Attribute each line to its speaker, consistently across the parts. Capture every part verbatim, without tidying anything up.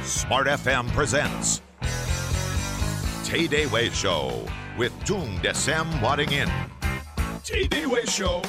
Speaker 1: Smart F M presents Tay Day Way Show with Tung Desem Waddingin. Tay Day Way Show.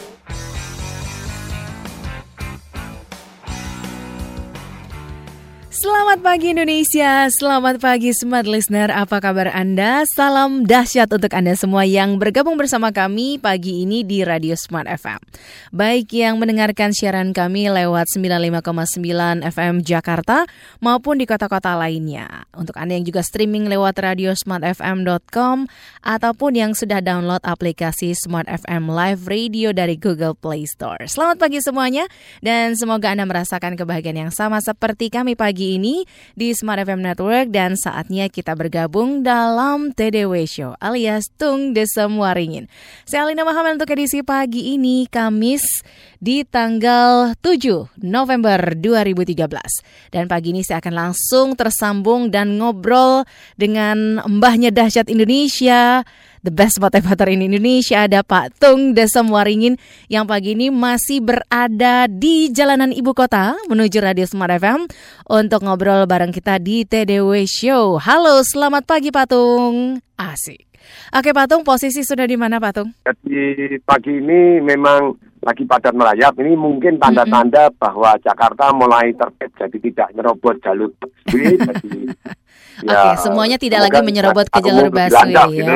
Speaker 2: Selamat pagi Indonesia, selamat pagi Smart Listener, apa kabar Anda? Salam dahsyat untuk Anda semua yang bergabung bersama kami pagi ini di Radio Smart F M. Baik yang mendengarkan siaran kami lewat sembilan puluh lima koma sembilan F M Jakarta maupun di kota-kota lainnya. Untuk Anda yang juga streaming lewat radio smart f m dot com ataupun yang sudah download aplikasi Smart F M Live Radio dari Google Play Store. Selamat pagi semuanya dan semoga Anda merasakan kebahagiaan yang sama seperti kami pagi ini di Smart F M Network dan saatnya kita bergabung dalam T D W Show alias Tung Desem Waringin. Saya Alina Muhammad untuk edisi pagi ini Kamis di tanggal tujuh November dua ribu tiga belas. Dan pagi ini saya akan langsung tersambung dan ngobrol dengan mbahnya dahsyat Indonesia, the best motivator in Indonesia, ada Pak Tung Desem Waringin yang pagi ini masih berada di jalanan ibu kota menuju Radio Smart F M untuk ngobrol bareng kita di T D W Show. Halo, selamat pagi Pak Tung. Asik. Oke Pak Tung, posisi sudah di mana Pak Tung?
Speaker 3: Jadi pagi ini memang lagi padat merayap. Ini mungkin tanda-tanda mm-hmm. bahwa Jakarta mulai tertib, jadi tidak nyerobot jalur busway. Jadi
Speaker 2: ya, Oke, semuanya tidak lagi menyerobot ke jalur busway ya. Gitu.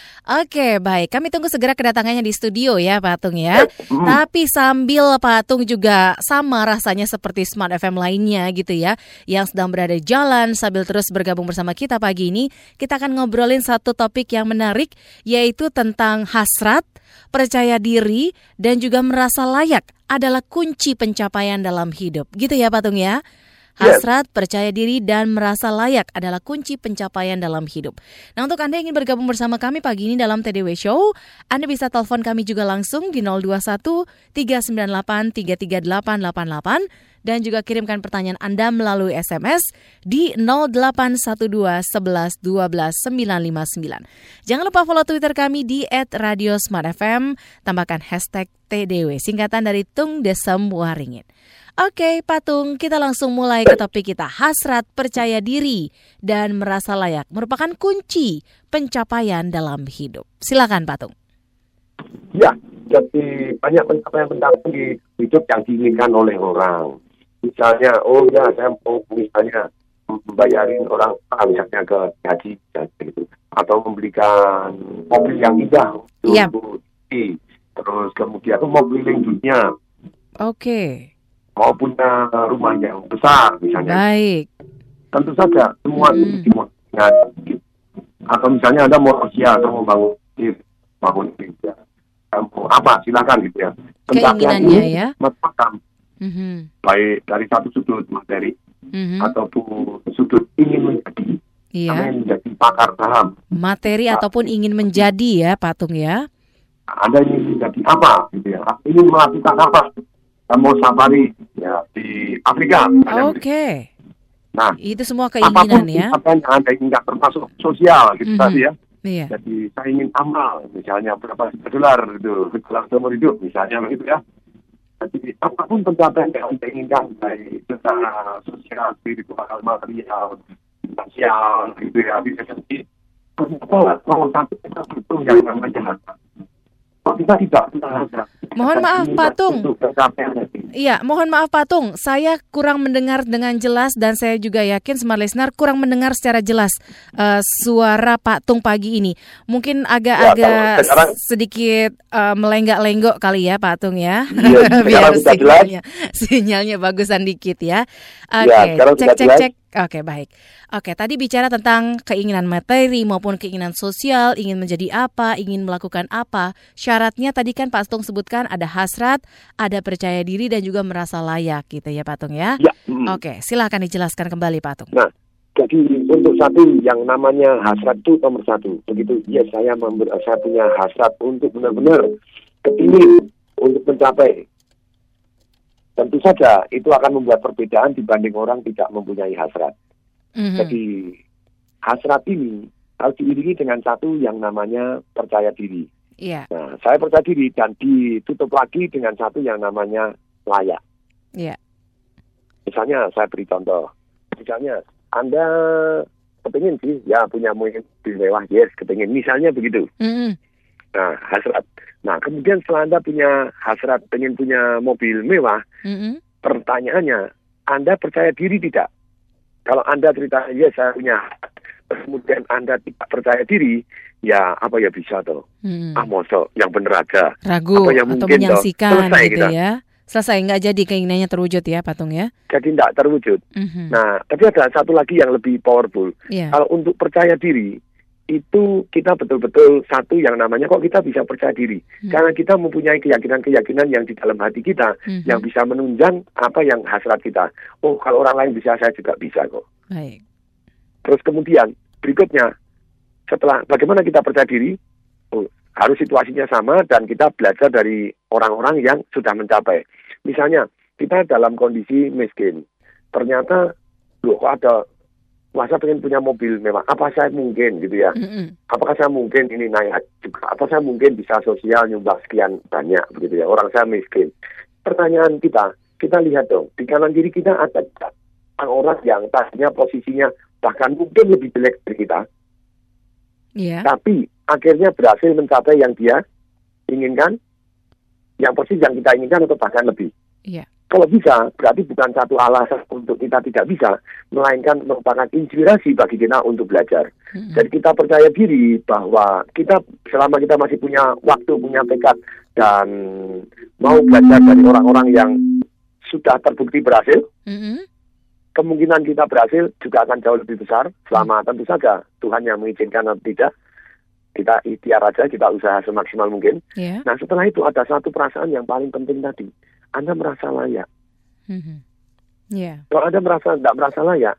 Speaker 2: Oke, baik. Kami tunggu segera kedatangannya di studio ya, Pak Tung ya. Hmm. Tapi sambil Pak Tung juga sama rasanya seperti Smart F M lainnya gitu ya, yang sedang berada di jalan sambil terus bergabung bersama kita pagi ini, kita akan ngobrolin satu topik yang menarik, yaitu tentang hasrat, percaya diri, dan juga merasa layak adalah kunci pencapaian dalam hidup. Gitu ya, Pak Tung ya? Hasrat, percaya diri, dan merasa layak adalah kunci pencapaian dalam hidup. Nah, untuk Anda yang ingin bergabung bersama kami pagi ini dalam T D W Show, Anda bisa telepon kami juga langsung di nol dua satu tiga sembilan delapan tiga tiga delapan delapan delapan dan juga kirimkan pertanyaan Anda melalui S M S di nol delapan satu dua sebelas dua belas sembilan lima sembilan. Jangan lupa follow Twitter kami di et radio smart f m, tambahkan hashtag T D W, singkatan dari Tung Desem Waringin. Oke, Pak Tung, kita langsung mulai ke topik kita. Hasrat, percaya diri, dan merasa layak merupakan kunci pencapaian dalam hidup. Silakan, Pak Tung.
Speaker 3: Ya, jadi banyak pencapaian-pencapaian di hidup yang diinginkan oleh orang. Misalnya, oh ya, saya mau misalnya membayarin orang misalnya ke haji, gitu, atau membelikan mobil yang indah
Speaker 2: yep.
Speaker 3: untuk di, terus kemudian aku mau keliling dunia.
Speaker 2: Oke. Okay.
Speaker 3: Mau punya rumah yang besar misalnya.
Speaker 2: Baik.
Speaker 3: Tentu saja semua itu dimudahkan. Atau misalnya Anda mau sosial atau mau bangun bangun gereja. Mau apa silakan gitu ya.
Speaker 2: Keinginannya ya.
Speaker 3: Macam mm-hmm. baik dari satu sudut materi mm-hmm. ataupun sudut ingin menjadi.
Speaker 2: Iya.
Speaker 3: Menjadi pakar saham.
Speaker 2: Materi nah, ataupun ingin menjadi ya, Pak Tung ya.
Speaker 3: Anda ingin menjadi apa gitu ya. Ingin melakukan apa? Mau safari ya di Afrika.
Speaker 2: Oke. Okay.
Speaker 3: Nah,
Speaker 2: itu semua keinginan ya.
Speaker 3: Apapun yang Anda inginkan termasuk sosial gitu mm-hmm. tadi ya.
Speaker 2: Iya.
Speaker 3: Jadi saya ingin amal, misalnya berapa dolar itu dalam seumur hidup misalnya begitu ya. Jadi apapun pencapaian yang Anda inginkan baik secara sosial, spiritual, material, finansial gitu ya. Bisa jadi kalau sampai kita butuh yang namanya harta. Kita tidak pernah ada.
Speaker 2: Mohon maaf Pak Tung. Iya, mohon maaf Pak Tung. Saya kurang mendengar dengan jelas dan saya juga yakin Smart Listener kurang mendengar secara jelas uh, suara Pak Tung pagi ini. Mungkin agak-agak ya, sedikit uh, melenggak-lenggok kali ya Pak Tung ya.
Speaker 3: Iya,
Speaker 2: biar sinyalnya, sinyalnya bagusan dikit ya. Oke, okay, ya, cek cek cek. Oke, okay, baik. Oke, okay, tadi bicara tentang keinginan materi maupun keinginan sosial, ingin menjadi apa, ingin melakukan apa. Syaratnya tadi kan Pak Tung sebutkan ada hasrat, ada percaya diri dan juga merasa layak gitu ya Pak Tung ya.
Speaker 3: Ya. Hmm.
Speaker 2: Oke, okay, silakan dijelaskan kembali Pak Tung.
Speaker 3: Nah, jadi untuk satu yang namanya hasrat itu nomor satu. Begitu, ya saya member, saya punya hasrat untuk benar-benar kepingin untuk mencapai. Tentu saja itu akan membuat perbedaan dibanding orang tidak mempunyai hasrat. Mm-hmm. Jadi hasrat ini harus diiringi dengan satu yang namanya percaya diri.
Speaker 2: Yeah.
Speaker 3: Nah, saya percaya diri dan ditutup lagi dengan satu yang namanya layak.
Speaker 2: Yeah.
Speaker 3: Misalnya saya beri contoh. Misalnya Anda kepingin sih, ya punya mobil mewah, yes, kepingin. Misalnya begitu.
Speaker 2: Mm-hmm.
Speaker 3: Nah, hasrat. Nah, kemudian setelah Anda punya hasrat, pengen punya mobil mewah, mm-hmm. pertanyaannya, Anda percaya diri tidak? Kalau Anda cerita, yes, saya punya, kemudian Anda tidak percaya diri, ya apa ya bisa toh? Mm-hmm. Ah, mosok, yang bener aja.
Speaker 2: Ragu
Speaker 3: apa yang
Speaker 2: atau
Speaker 3: mungkin
Speaker 2: menyaksikan
Speaker 3: toh?
Speaker 2: gitu
Speaker 3: kita.
Speaker 2: ya. Selesai, nggak jadi keinginannya terwujud ya, Patung ya?
Speaker 3: Jadi tidak terwujud. Mm-hmm. Nah, tapi ada satu lagi yang lebih powerful. Yeah. Kalau untuk percaya diri, itu kita betul-betul satu yang namanya kok kita bisa percaya diri. Mm-hmm. Karena kita mempunyai keyakinan-keyakinan yang di dalam hati kita, mm-hmm. yang bisa menunjang apa yang hasrat kita. Oh, kalau orang lain bisa, saya juga bisa kok.
Speaker 2: Baik.
Speaker 3: Terus kemudian, berikutnya, setelah bagaimana kita percaya diri, oh, harus situasinya sama dan kita belajar dari orang-orang yang sudah mencapai. Misalnya, kita dalam kondisi miskin. Ternyata, loh kok ada, masa pengen punya mobil mewah. Apa saya mungkin gitu ya? Mm-hmm. Apakah saya mungkin ini naik juga? Apa saya mungkin bisa sosial nyumbang sekian banyak begitu ya? Orang saya miskin. Pertanyaan kita, kita lihat dong. Di kanan kiri kita ada orang-orang yang tadinya posisinya bahkan mungkin lebih jelek dari kita. Yeah. Tapi akhirnya berhasil mencapai yang dia inginkan. Yang posisi yang kita inginkan atau bahkan lebih. Yeah. Kalau bisa, berarti bukan satu alasan untuk kita tidak bisa, melainkan merupakan inspirasi bagi kita untuk belajar. Mm-hmm. Jadi kita percaya diri bahwa kita selama kita masih punya waktu, punya tekad, dan mau belajar dari orang-orang yang sudah terbukti berhasil, mm-hmm. kemungkinan kita berhasil juga akan jauh lebih besar, selama mm-hmm. tentu saja Tuhan yang mengizinkan atau tidak. Kita ikhtiar aja, kita usaha semaksimal mungkin. Yeah. Nah, setelah itu ada satu perasaan yang paling penting tadi. Anda merasa layak. Mm-hmm. Yeah. Kalau Anda merasa tidak merasa layak,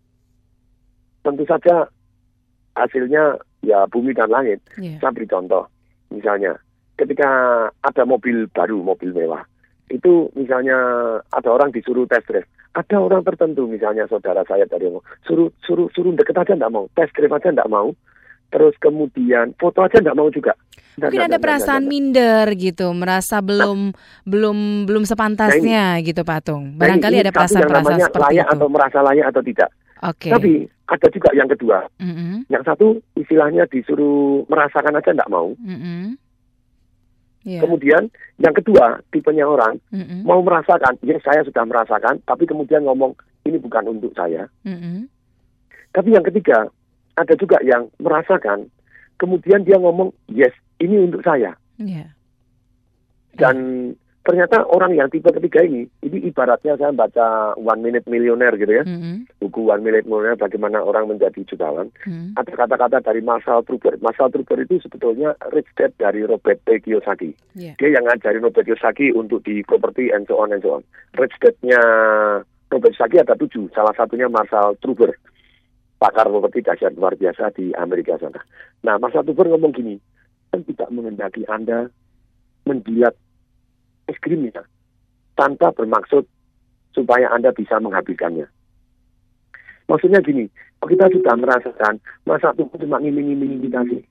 Speaker 3: tentu saja hasilnya ya bumi dan langit. Yeah. Saya beri contoh. Misalnya, ketika ada mobil baru, mobil mewah, itu misalnya ada orang disuruh test drive. Ada orang tertentu, misalnya saudara saya dari suruh suruh suruh deket aja tidak mau, test drive aja tidak mau. Terus kemudian foto aja nggak mau juga. Nggak,
Speaker 2: Mungkin
Speaker 3: nggak,
Speaker 2: ada
Speaker 3: nggak,
Speaker 2: perasaan
Speaker 3: nggak,
Speaker 2: minder gitu, merasa belum nah, belum belum sepantasnya nah ini, gitu Patung. Barangkali nah ada perasaan-perasaan seperti
Speaker 3: layak
Speaker 2: itu.
Speaker 3: Atau merasa layak atau tidak.
Speaker 2: Oke. Okay.
Speaker 3: Tapi ada juga yang kedua.
Speaker 2: Mm-hmm.
Speaker 3: Yang satu istilahnya disuruh merasakan aja nggak mau.
Speaker 2: Mm-hmm. Yeah.
Speaker 3: Kemudian yang kedua tipenya orang
Speaker 2: mm-hmm.
Speaker 3: mau merasakan, ya saya sudah merasakan, tapi kemudian ngomong ini bukan untuk saya.
Speaker 2: Mm-hmm.
Speaker 3: Tapi yang ketiga ada juga yang merasakan, kemudian dia ngomong, yes, ini untuk saya.
Speaker 2: Yeah.
Speaker 3: Dan yeah. ternyata orang yang tipe ketiga ini, ini ibaratnya saya baca One Minute Millionaire gitu ya,
Speaker 2: mm-hmm.
Speaker 3: buku One Minute Millionaire, bagaimana orang menjadi jutawan. Mm-hmm. Ada kata-kata dari Marshall Truber. Marshall Truber itu sebetulnya Rich Dad dari Robert T. Kiyosaki. Yeah. Dia yang ngajarin Robert Kiyosaki untuk di property and so on and so on. Rich Dad-nya Robert Kiyosaki ada tujuh, salah satunya Marshall Truber. Pakar properti dahsyat luar biasa di Amerika sana. Nah, Mas Truber ngomong gini, kan tidak menghendaki Anda menjilat es krimnya tanpa bermaksud supaya Anda bisa menghabiskannya. Maksudnya gini, kita sudah merasakan Mas Truber cuma ngiming-ngiming kita sih.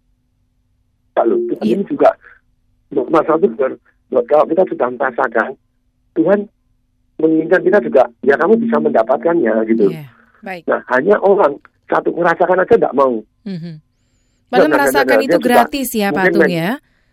Speaker 3: Lalu, kita ini juga, Mas Truber, kalau kita sudah merasakan, Tuhan menginginkan kita juga, ya kamu bisa mendapatkannya gitu.
Speaker 2: Yeah. Baik.
Speaker 3: Nah, hanya orang satu merasakan aja tidak mau.
Speaker 2: Mm-hmm. Padahal nah, merasakan nah, nah, itu gratis ya, Patung ya?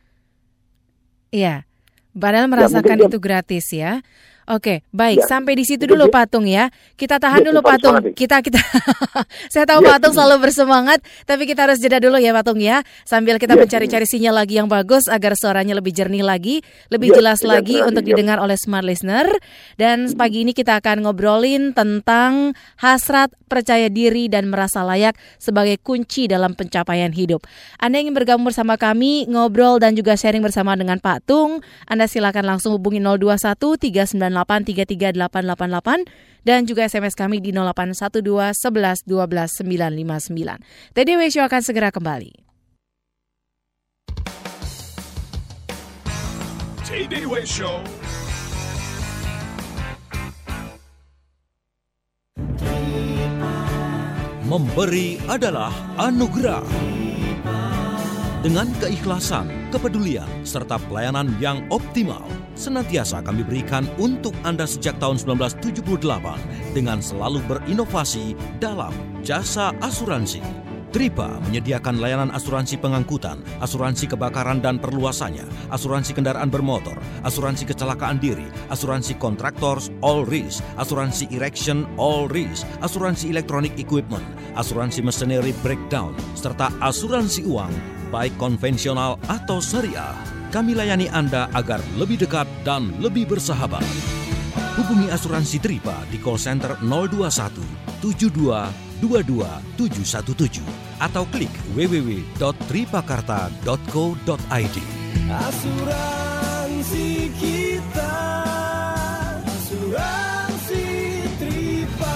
Speaker 2: Iya. Padahal merasakan ya, itu gratis ya. Oke, baik. Ya. Sampai di situ dulu Patung ya. Kita tahan ya, dulu Patung. Kita kita saya tahu ya, Patung ya. selalu bersemangat, tapi kita harus jeda dulu ya Patung ya. Sambil kita ya, mencari-cari sinyal lagi yang bagus agar suaranya lebih jernih lagi, lebih ya, jelas ya, lagi ya, untuk ya. didengar oleh smart listener. Dan pagi ini kita akan ngobrolin tentang hasrat, percaya diri dan merasa layak sebagai kunci dalam pencapaian hidup. Anda ingin bergabung bersama kami, ngobrol dan juga sharing bersama dengan Pak Tung, Anda silakan langsung hubungi nol dua satu tiga sembilan delapan tiga tiga delapan delapan delapan dan juga S M S kami di nol delapan satu dua sebelas dua belas sembilan lima sembilan. T D W Show akan segera kembali.
Speaker 1: T D W Show.
Speaker 4: Memberi adalah anugerah. Dengan keikhlasan kepedulian, serta pelayanan yang optimal senantiasa kami berikan untuk Anda sejak tahun sembilan belas tujuh puluh delapan dengan selalu berinovasi dalam jasa asuransi. Tripa menyediakan layanan asuransi pengangkutan, asuransi kebakaran dan perluasannya, asuransi kendaraan bermotor, asuransi kecelakaan diri, asuransi kontraktor all risk, asuransi erection all risk, asuransi electronic equipment, asuransi machinery breakdown, serta asuransi uang, baik konvensional atau syariah. Kami layani Anda agar lebih dekat dan lebih bersahabat. Hubungi asuransi Tripa di call center nol dua satu tujuh dua dua dua tujuh satu tujuh atau klik w w w dot tripakarta dot co dot i d.
Speaker 5: Asuransi kita, asuransi Tripa.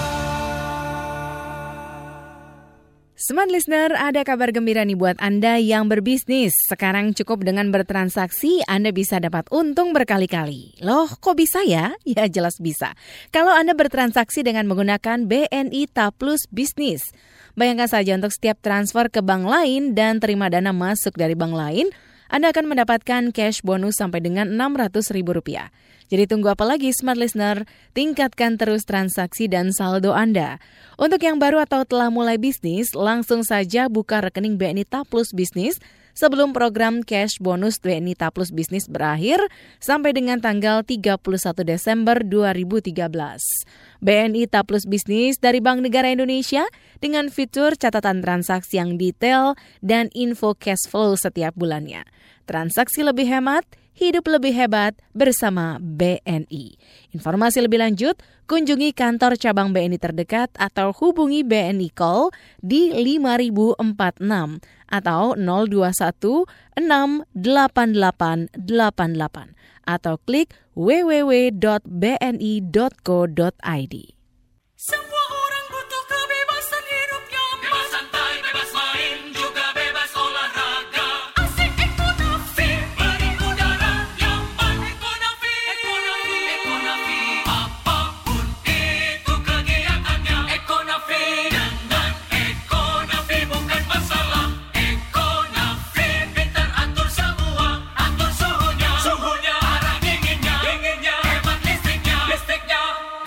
Speaker 2: Smart Listener, ada kabar gembira nih buat Anda yang berbisnis. Sekarang cukup dengan bertransaksi, Anda bisa dapat untung berkali-kali. Loh, kok bisa ya? Ya jelas bisa. Kalau Anda bertransaksi dengan menggunakan B N I Taplus Bisnis. Bayangkan saja untuk setiap transfer ke bank lain dan terima dana masuk dari bank lain, Anda akan mendapatkan cash bonus sampai dengan enam ratus ribu rupiah. Jadi tunggu apa lagi Smart Listener? Tingkatkan terus transaksi dan saldo Anda. Untuk yang baru atau telah mulai bisnis, langsung saja buka rekening B N I Taplus Bisnis sebelum program cash bonus B N I Taplus Bisnis berakhir sampai dengan tanggal tiga puluh satu Desember dua ribu tiga belas. B N I Taplus Bisnis dari Bank Negara Indonesia dengan fitur catatan transaksi yang detail dan info cash flow setiap bulannya. Transaksi lebih hemat, hidup lebih hebat bersama B N I. Informasi lebih lanjut, kunjungi kantor cabang B N I terdekat atau hubungi B N I Call di lima ribu empat puluh enam atau nol dua satu enam delapan delapan delapan delapan atau klik w w w dot b n i dot co dot i d.
Speaker 5: Semua orang butuh kebebasan hidup nyaman. Bebas santai, bebas main, juga bebas olahraga. Asik Ekonavi, beri udara nyaman. Ekonavi, Ekonavi, Ekonavi. Apapun itu kegiatannya, Ekonavi. Dengan Ekonavi bukan masalah. Ekonavi pintar atur semua, atur suhunya, suhunya, arah dinginnya, dinginnya, hemat listriknya, listriknya.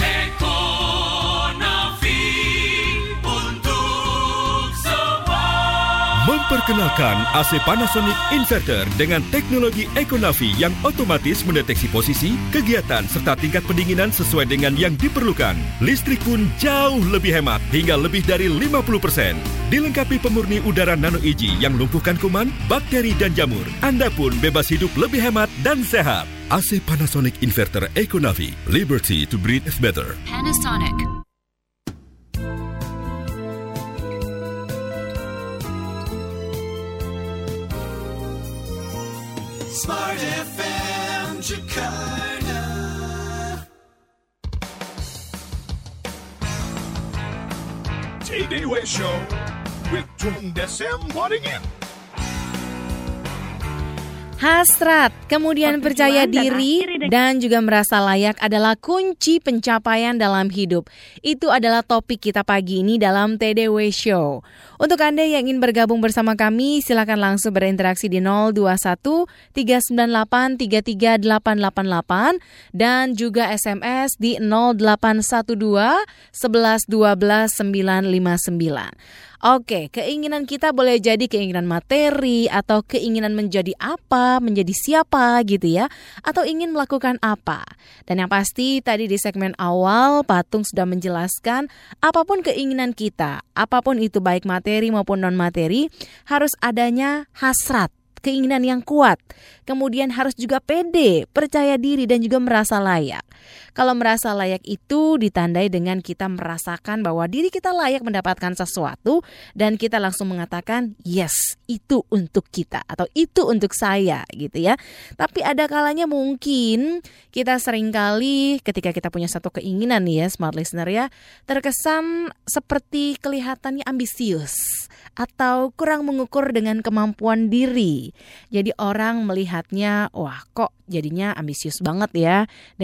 Speaker 6: Memperkenalkan A C Panasonic Inverter dengan teknologi Ekonavi yang otomatis mendeteksi posisi, kegiatan serta tingkat pendinginan sesuai dengan yang diperlukan. Listrik pun jauh lebih hemat hingga lebih dari lima puluh persen. Dilengkapi pemurni udara nano E G yang lumpuhkan kuman, bakteri dan jamur. Anda pun bebas hidup lebih hemat dan sehat. A C Panasonic Inverter Ekonavi. Liberty to breathe better.
Speaker 7: Panasonic.
Speaker 5: Smart F M Jakarta.
Speaker 1: T-Day Way Show with Tung Desem Waddingin.
Speaker 2: Hasrat, kemudian percaya diri dan juga merasa layak adalah kunci pencapaian dalam hidup. Itu adalah topik kita pagi ini dalam T D W Show. Untuk Anda yang ingin bergabung bersama kami, silakan langsung berinteraksi di nol dua satu tiga sembilan delapan tiga tiga delapan delapan delapan dan juga S M S di nol delapan satu dua sebelas dua belas sembilan lima sembilan. Oke, keinginan kita boleh jadi keinginan materi atau keinginan menjadi apa, menjadi siapa gitu ya, atau ingin melakukan apa. Dan yang pasti tadi di segmen awal Patung sudah menjelaskan apapun keinginan kita, apapun itu baik materi maupun non-materi, harus adanya hasrat. Keinginan yang kuat, kemudian harus juga pede, percaya diri dan juga merasa layak. Kalau merasa layak itu ditandai dengan kita merasakan bahwa diri kita layak mendapatkan sesuatu dan kita langsung mengatakan yes, itu untuk kita atau itu untuk saya gitu ya. Tapi ada kalanya mungkin kita seringkali ketika kita punya satu keinginan nih ya Smart Listener ya, terkesan seperti kelihatannya ambisius atau kurang mengukur dengan kemampuan diri. Jadi orang melihatnya, wah kok jadinya ambisius banget ya dengan keinginan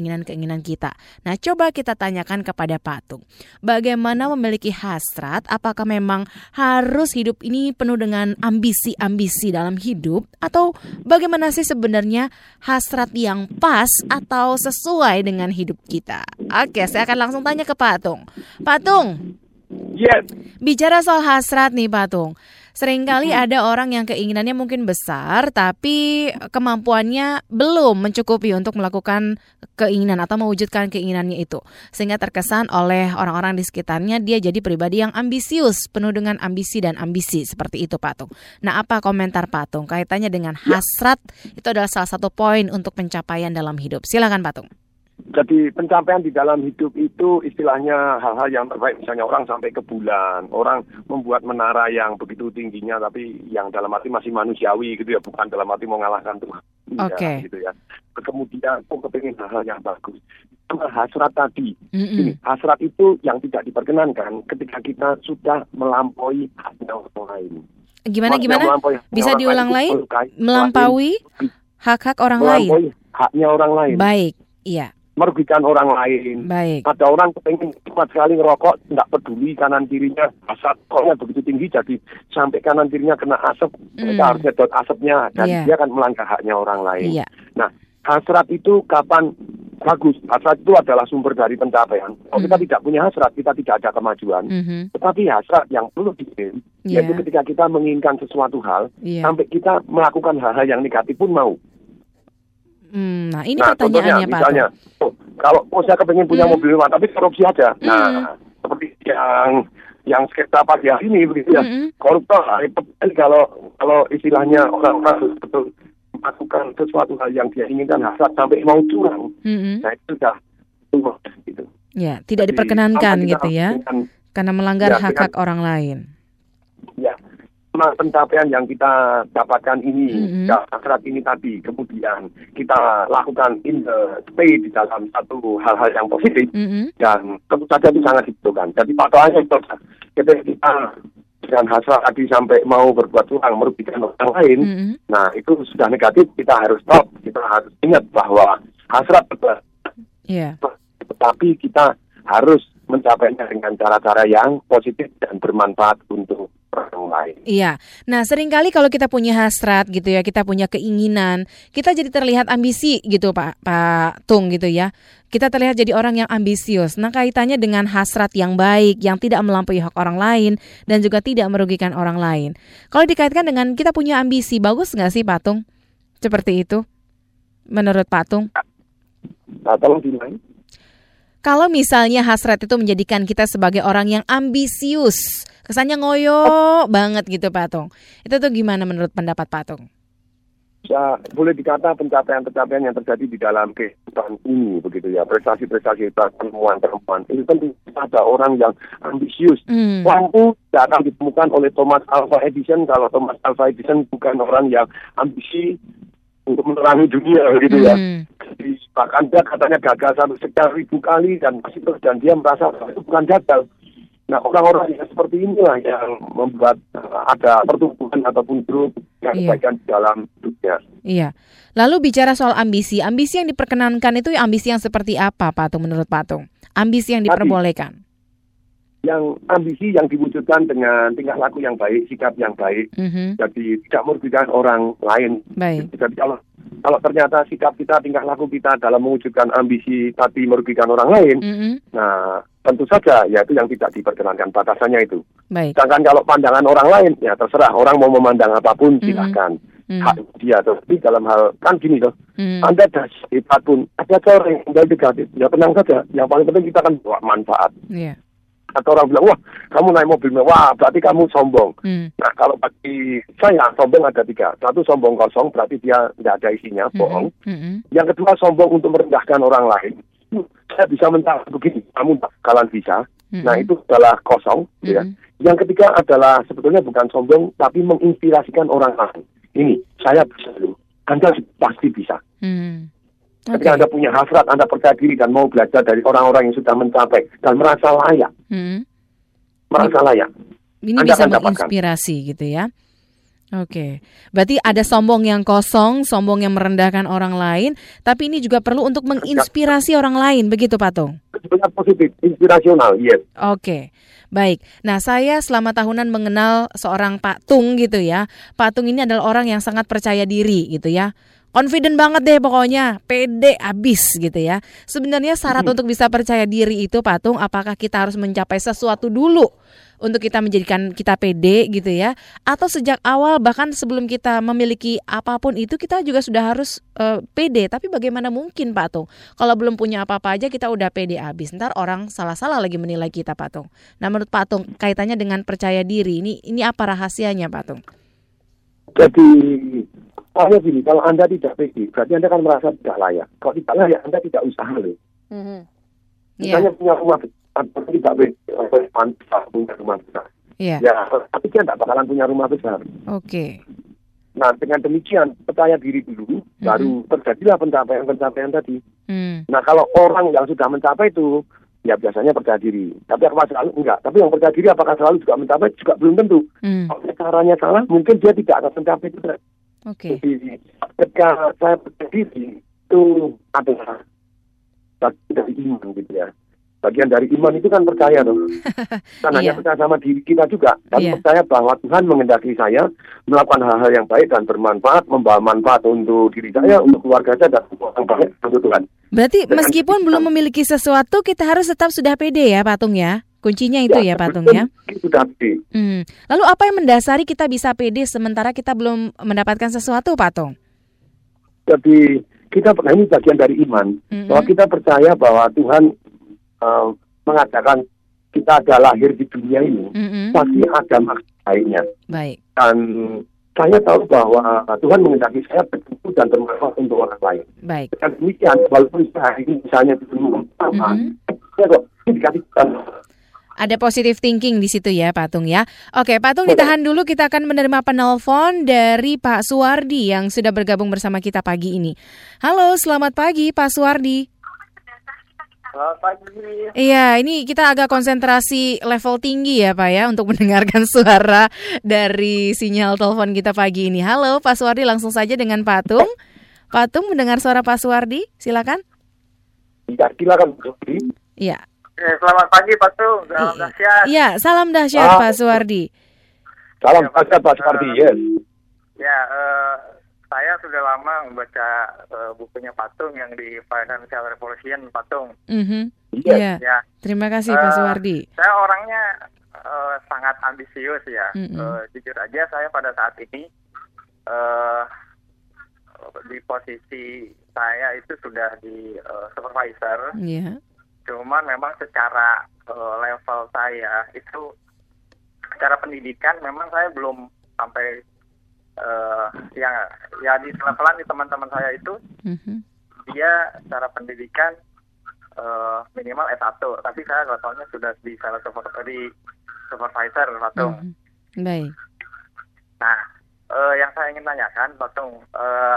Speaker 2: keinginan-keinginan kita. Nah, coba kita tanyakan kepada Patung, bagaimana memiliki hasrat? Apakah memang harus hidup ini penuh dengan ambisi-ambisi dalam hidup, atau bagaimana sih sebenarnya hasrat yang pas atau sesuai dengan hidup kita? Oke, saya akan langsung tanya ke Patung. Patung,
Speaker 3: Yes.
Speaker 2: bicara soal hasrat nih Patung, seringkali ada orang yang keinginannya mungkin besar tapi kemampuannya belum mencukupi untuk melakukan keinginan atau mewujudkan keinginannya itu. Sehingga terkesan oleh orang-orang di sekitarnya dia jadi pribadi yang ambisius, penuh dengan ambisi dan ambisi, seperti itu Patung. Nah, apa komentar Patung kaitannya dengan hasrat? Itu adalah salah satu poin untuk pencapaian dalam hidup. Silakan Patung.
Speaker 3: Jadi pencapaian di dalam hidup itu istilahnya hal-hal yang terbaik. Misalnya orang sampai ke bulan, orang membuat menara yang begitu tingginya tapi yang dalam arti masih manusiawi gitu ya, bukan dalam arti mau ngalahkan Tuhan.
Speaker 2: Oke.
Speaker 3: Ya, gitu ya. Kemudian aku kepengen hal-hal yang bagus. Sama hasrat tadi.
Speaker 2: Mm-mm.
Speaker 3: Ini, hasrat itu yang tidak diperkenankan ketika kita sudah melampaui haknya orang lain.
Speaker 2: Gimana
Speaker 3: Maksudnya
Speaker 2: gimana?
Speaker 3: melampaui haknya
Speaker 2: Bisa
Speaker 3: orang
Speaker 2: diulang
Speaker 3: lain
Speaker 2: lain?
Speaker 3: itu melukai
Speaker 2: Melampaui
Speaker 3: lain.
Speaker 2: hak-hak orang
Speaker 3: Melampaui
Speaker 2: lain.
Speaker 3: haknya orang lain.
Speaker 2: Baik, iya.
Speaker 3: Merugikan orang lain.
Speaker 2: Baik.
Speaker 3: Ada orang kepengen cepat sekali ngerokok, tidak peduli kanan kirinya, asap rokoknya begitu tinggi, jadi sampai kanan kirinya kena asap,
Speaker 2: Hmm.
Speaker 3: kita harus nyedot asapnya, dan
Speaker 2: Iya.
Speaker 3: dia akan melanggar haknya orang lain.
Speaker 2: Iya.
Speaker 3: Nah, hasrat itu kapan bagus? Hasrat itu adalah sumber dari pencapaian. Kalau
Speaker 2: Hmm.
Speaker 3: kita tidak punya hasrat, kita tidak ada kemajuan.
Speaker 2: Mhm.
Speaker 3: Tetapi hasrat yang perlu dikirim,
Speaker 2: Iya.
Speaker 3: yaitu ketika kita menginginkan sesuatu hal,
Speaker 2: Iya.
Speaker 3: sampai kita melakukan hal-hal yang negatif pun mau.
Speaker 2: Hmm, nah, ini
Speaker 3: Nah,
Speaker 2: pertanyaannya
Speaker 3: contohnya,
Speaker 2: Pak.
Speaker 3: misalnya, oh, kalau oh, saya kepengen punya
Speaker 2: Hmm.
Speaker 3: mobil mewah, tapi korupsi aja.
Speaker 2: Hmm.
Speaker 3: Nah, seperti yang yang sketsa pagi hari ini begitu ya.
Speaker 2: Hmm.
Speaker 3: Koruptor, repot sekali kalau kalau istilahnya orang-orang betul melakukan sesuatu hal yang dia inginkan hasrat sampai mau curang.
Speaker 2: Mhm.
Speaker 3: Nah, itu sudah tua gitu.
Speaker 2: Ya, tidak
Speaker 3: Jadi,
Speaker 2: diperkenankan
Speaker 3: apa kita
Speaker 2: gitu ya,
Speaker 3: inginkan-
Speaker 2: karena melanggar
Speaker 3: Ya,
Speaker 2: hak-hak
Speaker 3: dengan-
Speaker 2: orang lain.
Speaker 3: Ya, nah, pencapaian yang kita dapatkan ini,
Speaker 2: Mhm.
Speaker 3: ya, hasrat ini tadi, kemudian kita lakukan in the stay di dalam satu hal-hal yang positif,
Speaker 2: Mhm.
Speaker 3: dan tentu saja itu sangat dibutuhkan. Jadi patokannya itu ketika kita dengan hasrat tadi sampai mau berbuat curang merugikan orang lain,
Speaker 2: Mhm.
Speaker 3: nah itu sudah negatif, kita harus stop, kita harus ingat bahwa hasrat betul,
Speaker 2: Iya.
Speaker 3: tetapi kita harus mencapainya dengan cara-cara yang positif dan bermanfaat untuk orang lain.
Speaker 2: Iya. Nah, seringkali kalau kita punya hasrat gitu ya, kita punya keinginan, kita jadi terlihat ambisi gitu Pak Pak Tung gitu ya. Kita terlihat jadi orang yang ambisius. Nah, kaitannya dengan hasrat yang baik, yang tidak melampaui hak orang lain dan juga tidak merugikan orang lain. Kalau dikaitkan dengan kita punya ambisi, bagus nggak sih Pak Tung? Seperti itu, menurut Pak Tung?
Speaker 3: Nah, tolong dimulai.
Speaker 2: Kalau misalnya hasrat itu menjadikan kita sebagai orang yang ambisius, kesannya ngoyo banget gitu Pak Tung. Itu tuh gimana menurut pendapat Pak Tung?
Speaker 3: Ya, boleh dikata pencapaian-pencapaian yang terjadi di dalam kehidupan ini begitu ya, prestasi-prestasi perempuan-perempuan itu kan ada orang yang ambisius.
Speaker 2: Hmm.
Speaker 3: Lampu tidak akan ditemukan oleh Thomas Alva Edison kalau Thomas Alva Edison bukan orang yang ambisi untuk menerangi dunia gitu ya.
Speaker 2: Hmm.
Speaker 3: Jadi, bahkan dia katanya gagal sampai sekian ribu kali dan masih terus, dan dia merasa bahwa itu bukan gagal. Nah, orang-orang yang seperti inilah yang membuat uh, ada pertumbuhan ataupun grup yang
Speaker 2: Iya.
Speaker 3: kebaikan di dalam hidupnya.
Speaker 2: Iya. Lalu bicara soal ambisi, ambisi yang diperkenankan itu ambisi yang seperti apa Pak Tung menurut Pak Tung? Ambisi yang
Speaker 3: Tadi.
Speaker 2: diperbolehkan.
Speaker 3: Yang ambisi yang diwujudkan dengan tingkah laku yang baik, sikap yang baik,
Speaker 2: Mhm.
Speaker 3: jadi tidak merugikan orang lain.
Speaker 2: Baik.
Speaker 3: Jadi kalau kalau ternyata sikap kita, tingkah laku kita dalam mewujudkan ambisi tadi merugikan orang lain,
Speaker 2: Mhm.
Speaker 3: nah tentu saja ya itu yang tidak diperkenankan, batasannya itu.
Speaker 2: Baik.
Speaker 3: Sedangkan kalau pandangan orang lain, ya terserah orang mau memandang apapun,
Speaker 2: Mhm.
Speaker 3: silahkan.
Speaker 2: Mhm.
Speaker 3: Hak dia. Tapi dalam hal, kan gini loh,
Speaker 2: Mhm.
Speaker 3: Anda dah hebat pun, ada orang yang tinggal negatif, ya tenang saja. Yang paling penting kita kan bawa manfaat.
Speaker 2: Iya.
Speaker 3: Atau orang bilang, wah kamu naik mobil mewah, berarti kamu sombong.
Speaker 2: Mhm.
Speaker 3: Nah kalau bagi saya, sombong ada tiga. Satu, sombong kosong, berarti dia tidak ada isinya, bohong.
Speaker 2: Mhm.
Speaker 3: Yang kedua, sombong untuk merendahkan orang lain. Hmm, Saya bisa mencapai begini, kamu tak bakalan bisa.
Speaker 2: Mhm.
Speaker 3: Nah itu adalah kosong. Ya.
Speaker 2: Mhm.
Speaker 3: Yang ketiga adalah sebetulnya bukan sombong, tapi menginspirasikan orang lain. Ini, saya bisa loh. Anda pasti bisa.
Speaker 2: Mhm. Oke.
Speaker 3: Ketika Anda punya hasrat, Anda percaya diri dan mau belajar dari orang-orang yang sudah mencapai dan merasa layak.
Speaker 2: Mhm.
Speaker 3: Merasa layak.
Speaker 2: Ini
Speaker 3: Anda
Speaker 2: bisa
Speaker 3: akan dapatkan.
Speaker 2: menginspirasi gitu ya. Oke, berarti ada sombong yang kosong, sombong yang merendahkan orang lain, tapi ini juga perlu untuk menginspirasi orang lain, begitu Pak Tung?
Speaker 3: Sebenarnya positif, inspirasional, yes.
Speaker 2: Oke, baik. Nah, saya selama tahunan mengenal seorang Pak Tung gitu ya. Pak Tung ini adalah orang yang sangat percaya diri gitu ya. Confident banget deh pokoknya, pede abis gitu ya. Sebenarnya syarat untuk bisa percaya diri itu Pak Tung, apakah kita harus mencapai sesuatu dulu untuk kita menjadikan kita pede gitu ya? Atau sejak awal bahkan sebelum kita memiliki apapun itu kita juga sudah harus uh, pede. Tapi bagaimana mungkin Pak Tung? Kalau belum punya apa-apa aja kita udah pede abis. Ntar orang salah-salah lagi menilai kita Pak Tung. Nah menurut Pak Tung kaitannya dengan percaya diri, ini ini apa rahasianya Pak Tung?
Speaker 3: Jadi soalnya gini, kalau Anda tidak pede, berarti Anda kan merasa tidak layak. Kalau tidak layak, Anda tidak usaha loh.
Speaker 2: Mm-hmm.
Speaker 3: Misalnya
Speaker 2: Yeah.
Speaker 3: punya rumah besar, tidak pede, besar, punya rumah besar.
Speaker 2: Yeah.
Speaker 3: Ya, tapi dia tidak bakalan punya rumah besar.
Speaker 2: Oke. Okay.
Speaker 3: Nah, dengan demikian, percaya diri dulu, mm-hmm. baru terjadilah pencapaian-pencapaian tadi. Mm. Nah, kalau orang yang sudah mencapai itu, ya biasanya percaya diri. Tapi apakah selalu? Enggak. Tapi yang percaya diri apakah selalu juga mencapai? Juga belum tentu. Mm. Kalau caranya salah, mungkin dia tidak akan mencapai itu.
Speaker 2: Oke.
Speaker 3: Okay. Ketika saya percaya diri itu adalah bagian dari iman gitu ya. Bagian dari iman itu kan percaya dong. Kan hanya percaya sama diri kita juga. Dan yeah. percaya bahwa Tuhan menghendaki saya melakukan hal-hal yang baik dan bermanfaat, membawa manfaat untuk diri saya, untuk keluarga saya dan orang baik untuk Tuhan.
Speaker 2: Berarti dan meskipun belum memiliki sesuatu, kita harus tetap sudah pede ya Pak Tung ya? Kuncinya itu ya, ya Pak Tung ya.
Speaker 3: Sudah pede.
Speaker 2: Hmm. Lalu apa yang mendasari kita bisa pede sementara kita belum mendapatkan sesuatu Pak Tung?
Speaker 3: Jadi kita nah ini bagian dari iman. Mm-hmm. Bahwa kita percaya bahwa Tuhan uh, mengatakan kita ada lahir di dunia ini, mm-hmm. pasti ada maksud baiknya. Baik. Dan saya tahu bahwa Tuhan menghendaki saya bertumbuh dan bermanfaat untuk orang lain. Baik. Dan demikian walaupun saya ini misalnya belum apa, saya kok dikasihkan.
Speaker 2: Ada positive thinking di situ ya Pak Tung ya. Oke Pak Tung ditahan dulu, kita akan menerima penelpon dari Pak Suwardi yang sudah bergabung bersama kita pagi ini. Halo, selamat pagi Pak Suwardi.
Speaker 7: Selamat pagi.
Speaker 2: Iya, ini kita agak konsentrasi level tinggi ya Pak ya untuk mendengarkan suara dari sinyal telepon kita pagi ini. Halo Pak Suwardi, langsung saja dengan Pak Tung. Pak Tung mendengar suara Pak Suwardi, silakan.
Speaker 3: Iya, silakan.
Speaker 2: Iya.
Speaker 7: Selamat pagi Pak Tung, salam dahsyat.
Speaker 2: Iya, salam dahsyat ah, Pak Suwardi.
Speaker 3: Salam dahsyat Pak Suwardi, yes.
Speaker 7: Ya, uh, saya sudah lama membaca uh, bukunya Pak Tung yang di Financial Revolution Pak Tung.
Speaker 2: Mm-hmm. Iya.
Speaker 7: Ya.
Speaker 2: Terima kasih uh, Pak Suwardi.
Speaker 7: Saya orangnya uh, sangat ambisius ya.
Speaker 2: Mm-hmm.
Speaker 7: Uh, jujur aja saya pada saat ini uh, di posisi saya itu sudah di uh, supervisor.
Speaker 2: Iya. Yeah.
Speaker 7: Cuman memang secara uh, level saya itu secara pendidikan memang saya belum sampai uh, yang ya di levelan di teman-teman saya itu mm-hmm. dia secara pendidikan uh, minimal S satu, tapi saya levelnya sudah di salah satu di supervisor Patung.
Speaker 2: Mm-hmm. Baik.
Speaker 7: Nah, uh, yang saya ingin tanyakan Patung, uh,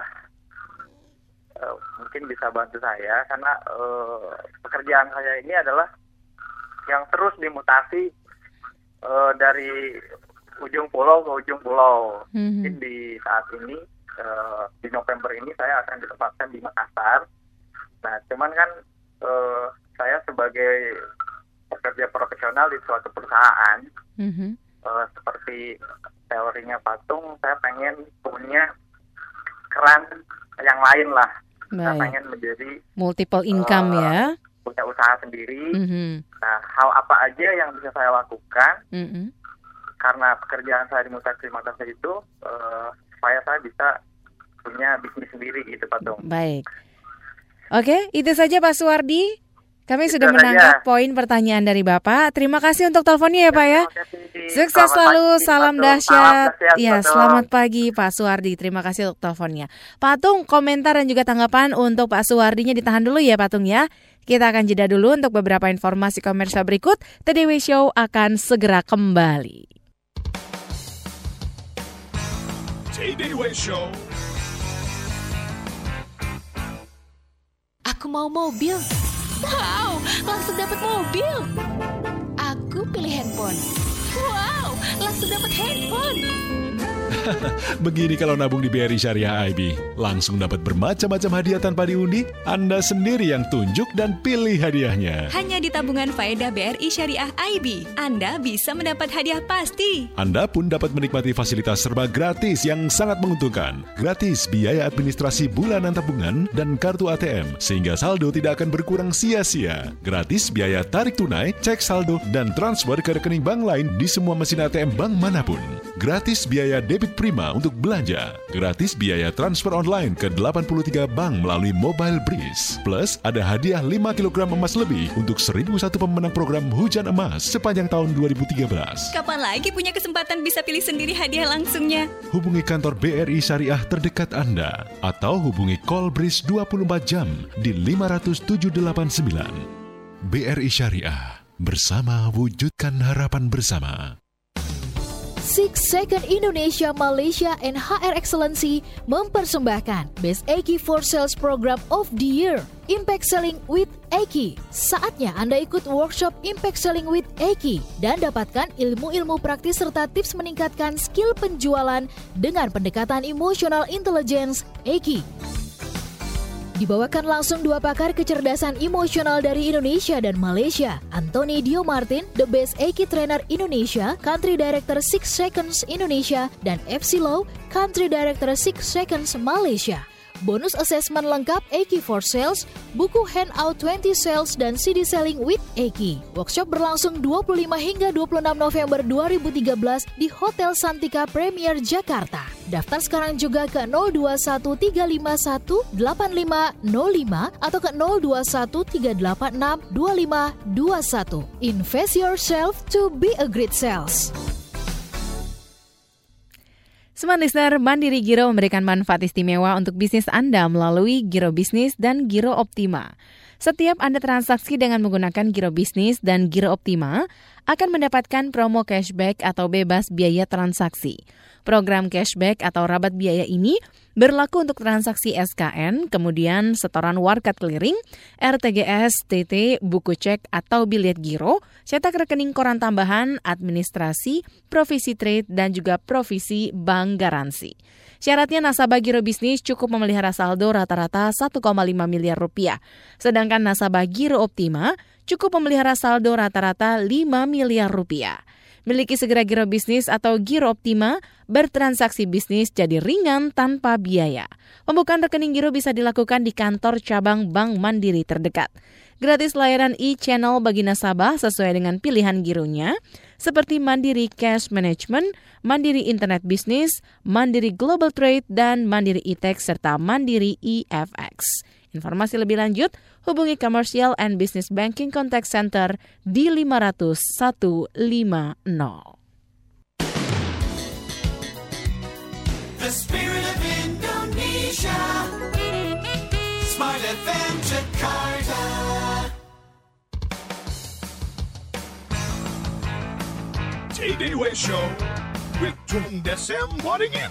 Speaker 7: Uh, mungkin bisa bantu saya karena uh, pekerjaan saya ini adalah yang terus dimutasi uh, dari ujung pulau ke ujung pulau. Mm-hmm. Mungkin di saat ini uh, di November ini saya akan ditempatkan di Makassar. Nah, cuman kan uh, saya sebagai pekerja profesional di suatu perusahaan, mm-hmm. uh, seperti teorinya Patung, saya pengen punya keran yang lain lah. Baik. Saya pengen menjadi
Speaker 2: multiple income uh, ya,
Speaker 7: punya usaha sendiri.
Speaker 2: Mm-hmm.
Speaker 7: Nah, hal apa aja yang bisa saya lakukan
Speaker 2: mm-hmm.
Speaker 7: karena pekerjaan saya di mutasi Makassar itu uh, supaya saya bisa punya bisnis sendiri gitu Pak Tung.
Speaker 2: Baik. Oke, itu saja Pak Suwardi. Kami itu sudah menangkap aja poin pertanyaan dari Bapak. Terima kasih untuk teleponnya ya Pak ya. Sukses selalu, salam dahsyat. Ya, selamat pagi Pak Suwardi. Terima kasih untuk teleponnya. Pak Tung, komentar dan juga tanggapan untuk Pak Suwardinya ditahan dulu ya Pak Tung ya. Kita akan jeda dulu untuk beberapa informasi komersial berikut. T D W Show akan segera kembali.
Speaker 1: T D W Show.
Speaker 8: Aku mau mobil. Wow, langsung dapat mobil. Aku pilih handphone. Wow, langsung dapat handphone.
Speaker 9: Begini kalau nabung di B R I Syariah I B, langsung dapat bermacam-macam hadiah tanpa diundi. Anda sendiri yang tunjuk dan pilih hadiahnya.
Speaker 10: Hanya di tabungan faedah B R I Syariah I B, Anda bisa mendapat hadiah pasti.
Speaker 9: Anda pun dapat menikmati fasilitas serba gratis yang sangat menguntungkan. Gratis biaya administrasi bulanan tabungan dan kartu A T M, sehingga saldo tidak akan berkurang sia-sia. Gratis biaya tarik tunai, cek saldo, dan transfer ke rekening bank lain di semua mesin A T M bank manapun. Gratis biaya debit prima untuk belanja. Gratis biaya transfer online ke delapan puluh tiga bank melalui Mobile Breeze. Plus, ada hadiah lima kilogram emas lebih untuk seribu satu pemenang program Hujan Emas sepanjang tahun dua ribu tiga belas.
Speaker 10: Kapan lagi punya kesempatan bisa pilih sendiri hadiah langsungnya?
Speaker 9: Hubungi kantor B R I Syariah terdekat Anda atau hubungi call Breeze dua puluh empat jam di lima tujuh delapan sembilan. B R I Syariah, bersama wujudkan harapan bersama.
Speaker 11: Six Second Indonesia, Malaysia, and H R Excellency mempersembahkan Best Eki for Sales Program of the Year, Impact Selling with Eki. Saatnya Anda ikut workshop Impact Selling with Eki dan dapatkan ilmu-ilmu praktis serta tips meningkatkan skill penjualan dengan pendekatan emotional intelligence Eki. Dibawakan langsung dua pakar kecerdasan emosional dari Indonesia dan Malaysia, Anthony Dio Martin, The Best Eki Trainer Indonesia, Country Director Six Seconds Indonesia, dan F C Low, Country Director Six Seconds Malaysia. Bonus assessment lengkap Eki for Sales, buku Handout dua puluh Sales, dan C D Selling with Eki. Workshop berlangsung dua puluh lima hingga dua puluh enam November dua ribu tiga belas di Hotel Santika Premier Jakarta. Daftar sekarang juga ke nol dua satu tiga lima satu delapan lima nol lima atau ke nol dua satu tiga delapan enam dua lima dua satu. Invest yourself to be a great sales.
Speaker 2: Smart Listener, Mandiri Giro memberikan manfaat istimewa untuk bisnis Anda melalui Giro Bisnis dan Giro Optima. Setiap Anda transaksi dengan menggunakan Giro Bisnis dan Giro Optima akan mendapatkan promo cashback atau bebas biaya transaksi. Program cashback atau rabat biaya ini berlaku untuk transaksi S K N, kemudian setoran warkat clearing, R T G S, T T, buku cek atau bilet giro, cetak rekening koran tambahan, administrasi, provisi trade, dan juga provisi bank garansi. Syaratnya nasabah Giro Bisnis cukup memelihara saldo rata-rata satu koma lima miliar rupiah. Sedangkan nasabah Giro Optima cukup memelihara saldo rata-rata lima miliar rupiah. Miliki segera Giro Bisnis atau Giro Optima, bertransaksi bisnis jadi ringan tanpa biaya. Pembukaan rekening Giro bisa dilakukan di kantor cabang Bank Mandiri terdekat. Gratis layanan e-channel bagi nasabah sesuai dengan pilihan gironya, seperti Mandiri Cash Management, Mandiri Internet Business, Mandiri Global Trade, dan Mandiri E-Tech serta Mandiri E F X. Informasi lebih lanjut, hubungi Commercial and Business Banking Contact Center di lima nol nol satu lima nol.
Speaker 5: The spirit of Indonesia, Smart F M Jakarta.
Speaker 1: T-Day Way Show with Tung Desem Waddingin.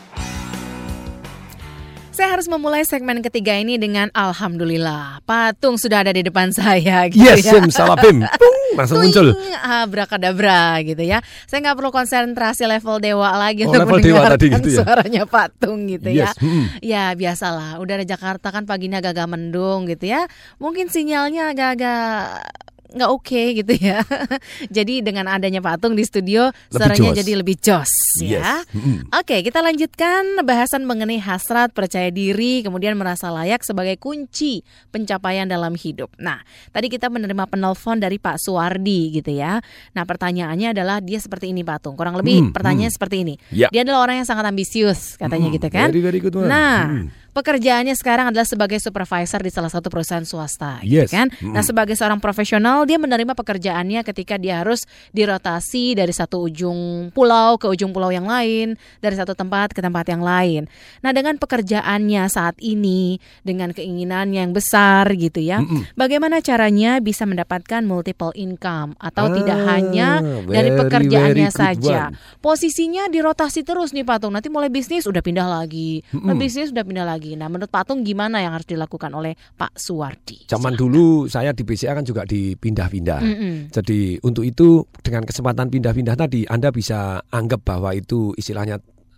Speaker 2: Saya harus memulai segmen ketiga ini dengan Alhamdulillah, patung sudah ada di depan saya gitu
Speaker 12: yes,
Speaker 2: ya.
Speaker 12: Yes, salah Pim, langsung muncul.
Speaker 2: Abrakadabra gitu ya. Saya nggak perlu konsentrasi level dewa lagi
Speaker 12: oh,
Speaker 2: untuk mendengarkan gitu ya? Suaranya patung gitu
Speaker 12: yes.
Speaker 2: ya.
Speaker 12: Hmm.
Speaker 2: Ya biasalah, udara Jakarta kan paginya agak-agak mendung gitu ya. Mungkin sinyalnya agak-agak nggak oke okay, gitu ya. Jadi dengan adanya patung di studio, lebih suaranya jos. Jadi lebih jos ya.
Speaker 12: Yes. Mm-hmm.
Speaker 2: Oke, kita lanjutkan bahasan mengenai hasrat, percaya diri, kemudian merasa layak sebagai kunci pencapaian dalam hidup. Nah, tadi kita menerima penelpon dari Pak Suwardi gitu ya. Nah, pertanyaannya adalah dia seperti ini Patung. Kurang lebih mm, pertanyaannya mm. seperti ini. Yeah. Dia adalah orang yang sangat ambisius katanya mm, gitu kan.
Speaker 12: Very, very good one.
Speaker 2: Nah,
Speaker 12: mm.
Speaker 2: pekerjaannya sekarang adalah sebagai supervisor di salah satu perusahaan swasta,
Speaker 12: yes.
Speaker 2: gitu kan? Mm. Nah, sebagai seorang profesional, dia menerima pekerjaannya ketika dia harus dirotasi dari satu ujung pulau ke ujung pulau yang lain, dari satu tempat ke tempat yang lain. Nah, dengan pekerjaannya saat ini, dengan keinginannya yang besar, gitu ya, Mm-mm. bagaimana caranya bisa mendapatkan multiple income atau ah, tidak hanya dari very, pekerjaannya very saja? One. Posisinya dirotasi terus nih Patung. Nanti mulai bisnis udah pindah lagi, Mm-mm. bisnis udah pindah lagi. Nah, menurut Patung gimana yang harus dilakukan oleh Pak Suwardi?
Speaker 12: Zaman dulu saya di B C A kan juga dipindah-pindah. Mm-hmm. Jadi untuk itu dengan kesempatan pindah-pindah tadi Anda bisa anggap bahwa itu istilahnya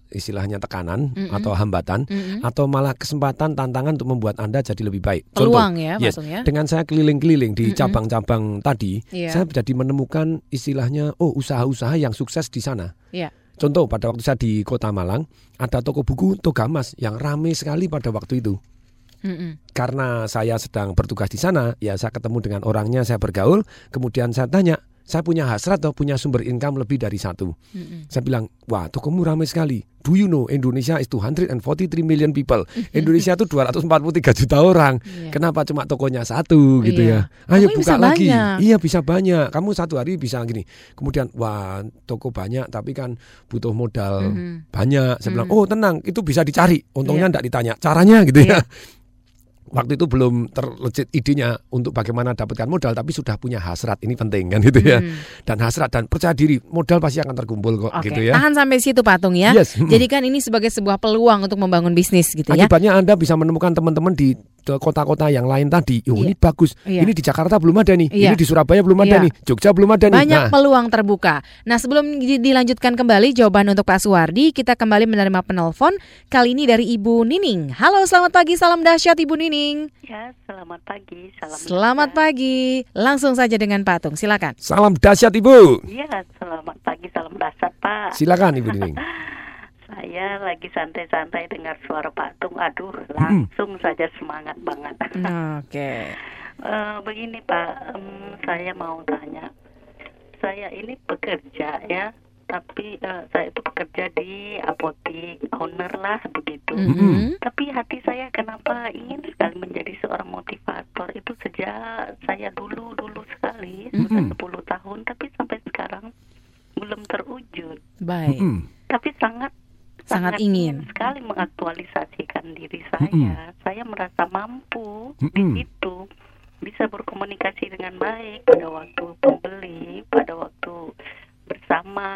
Speaker 12: istilahnya tekanan
Speaker 2: Mm-mm.
Speaker 12: atau hambatan,
Speaker 2: Mm-mm.
Speaker 12: atau malah kesempatan, tantangan untuk membuat Anda jadi lebih baik.
Speaker 2: Peluang
Speaker 12: Contoh,
Speaker 2: ya,
Speaker 12: yes,
Speaker 2: maksudnya.
Speaker 12: dengan saya keliling-keliling di
Speaker 2: Mm-mm.
Speaker 12: cabang-cabang tadi,
Speaker 2: Iya.
Speaker 12: saya jadi menemukan istilahnya, oh usaha-usaha yang sukses di sana.
Speaker 2: Iya.
Speaker 12: Contoh, pada waktu saya di Kota Malang, ada toko buku Togamas yang ramai sekali pada waktu itu.
Speaker 2: Mm-mm.
Speaker 12: Karena saya sedang bertugas di sana, ya saya ketemu dengan orangnya, saya bergaul, kemudian saya tanya, saya punya hasrat atau punya sumber income lebih dari satu.
Speaker 2: Mm-mm.
Speaker 12: Saya bilang, wah tokomu ramai sekali. Do you know Indonesia is two hundred forty-three million people. Indonesia itu dua ratus empat puluh tiga juta orang.
Speaker 2: Iya.
Speaker 12: Kenapa cuma tokonya satu gitu
Speaker 2: Iya.
Speaker 12: ya? Ayo
Speaker 2: Kamu
Speaker 12: buka
Speaker 2: bisa
Speaker 12: lagi.
Speaker 2: banyak.
Speaker 12: Iya bisa banyak. Kamu satu hari bisa gini. Kemudian wah toko banyak tapi kan butuh modal
Speaker 2: Mhm.
Speaker 12: banyak. Saya bilang,
Speaker 2: Mhm.
Speaker 12: oh tenang, itu bisa dicari. Untungnya
Speaker 2: Iya.
Speaker 12: enggak ditanya caranya gitu ya.
Speaker 2: Iya.
Speaker 12: Waktu itu belum terlegit idenya untuk bagaimana dapatkan modal, tapi sudah punya hasrat, ini penting kan gitu ya.
Speaker 2: Hmm.
Speaker 12: Dan hasrat dan percaya diri, modal pasti akan terkumpul kok
Speaker 2: Oke,
Speaker 12: gitu ya.
Speaker 2: tahan sampai situ Patung ya.
Speaker 12: Yes.
Speaker 2: Jadikan ini sebagai sebuah peluang untuk membangun bisnis gitu ya.
Speaker 12: Akibatnya Anda bisa menemukan teman-teman di de- kota-kota yang lain tadi. Oh,
Speaker 2: Iya.
Speaker 12: ini bagus.
Speaker 2: Iya.
Speaker 12: Ini di Jakarta belum ada nih.
Speaker 2: Iya.
Speaker 12: Ini di Surabaya belum ada
Speaker 2: Iya.
Speaker 12: nih. Jogja belum ada nih.
Speaker 2: Banyak
Speaker 12: Nah,
Speaker 2: peluang terbuka. Nah, sebelum di- dilanjutkan kembali jawaban untuk Pak Suwardi, kita kembali menerima penelpon kali ini dari Ibu Nining. Halo, selamat pagi, salam dahsyat Ibu Nining.
Speaker 13: Ya, selamat pagi, salam
Speaker 2: Selamat pagi. Langsung saja dengan Patung, silakan.
Speaker 12: salam dahsyat Ibu.
Speaker 13: Iya, selamat pagi, salam dasar Pak.
Speaker 12: Silakan Ibu Nining.
Speaker 13: Saya lagi santai-santai dengar suara Pak Tung. Aduh, langsung saja semangat banget.
Speaker 2: Oke.
Speaker 13: Eh, begini Pak, em, saya mau tanya. Saya ini pekerja ya, tapi eh, saya itu bekerja di apotik, owner lah begitu.
Speaker 2: Mhm.
Speaker 13: Tapi hati saya kenapa ingin sekali menjadi seorang motivator itu sejak saya dulu-dulu sekali, sudah
Speaker 2: Mhm.
Speaker 13: sepuluh tahun, tapi sampai sekarang belum terwujud.
Speaker 2: Baik.
Speaker 13: Tapi sangat
Speaker 2: Sangat ingin.
Speaker 13: sekali mengaktualisasikan diri saya.
Speaker 2: Mm-mm.
Speaker 13: Saya merasa mampu
Speaker 12: Mm-mm.
Speaker 13: di situ, bisa berkomunikasi dengan baik pada waktu pembeli, pada waktu bersama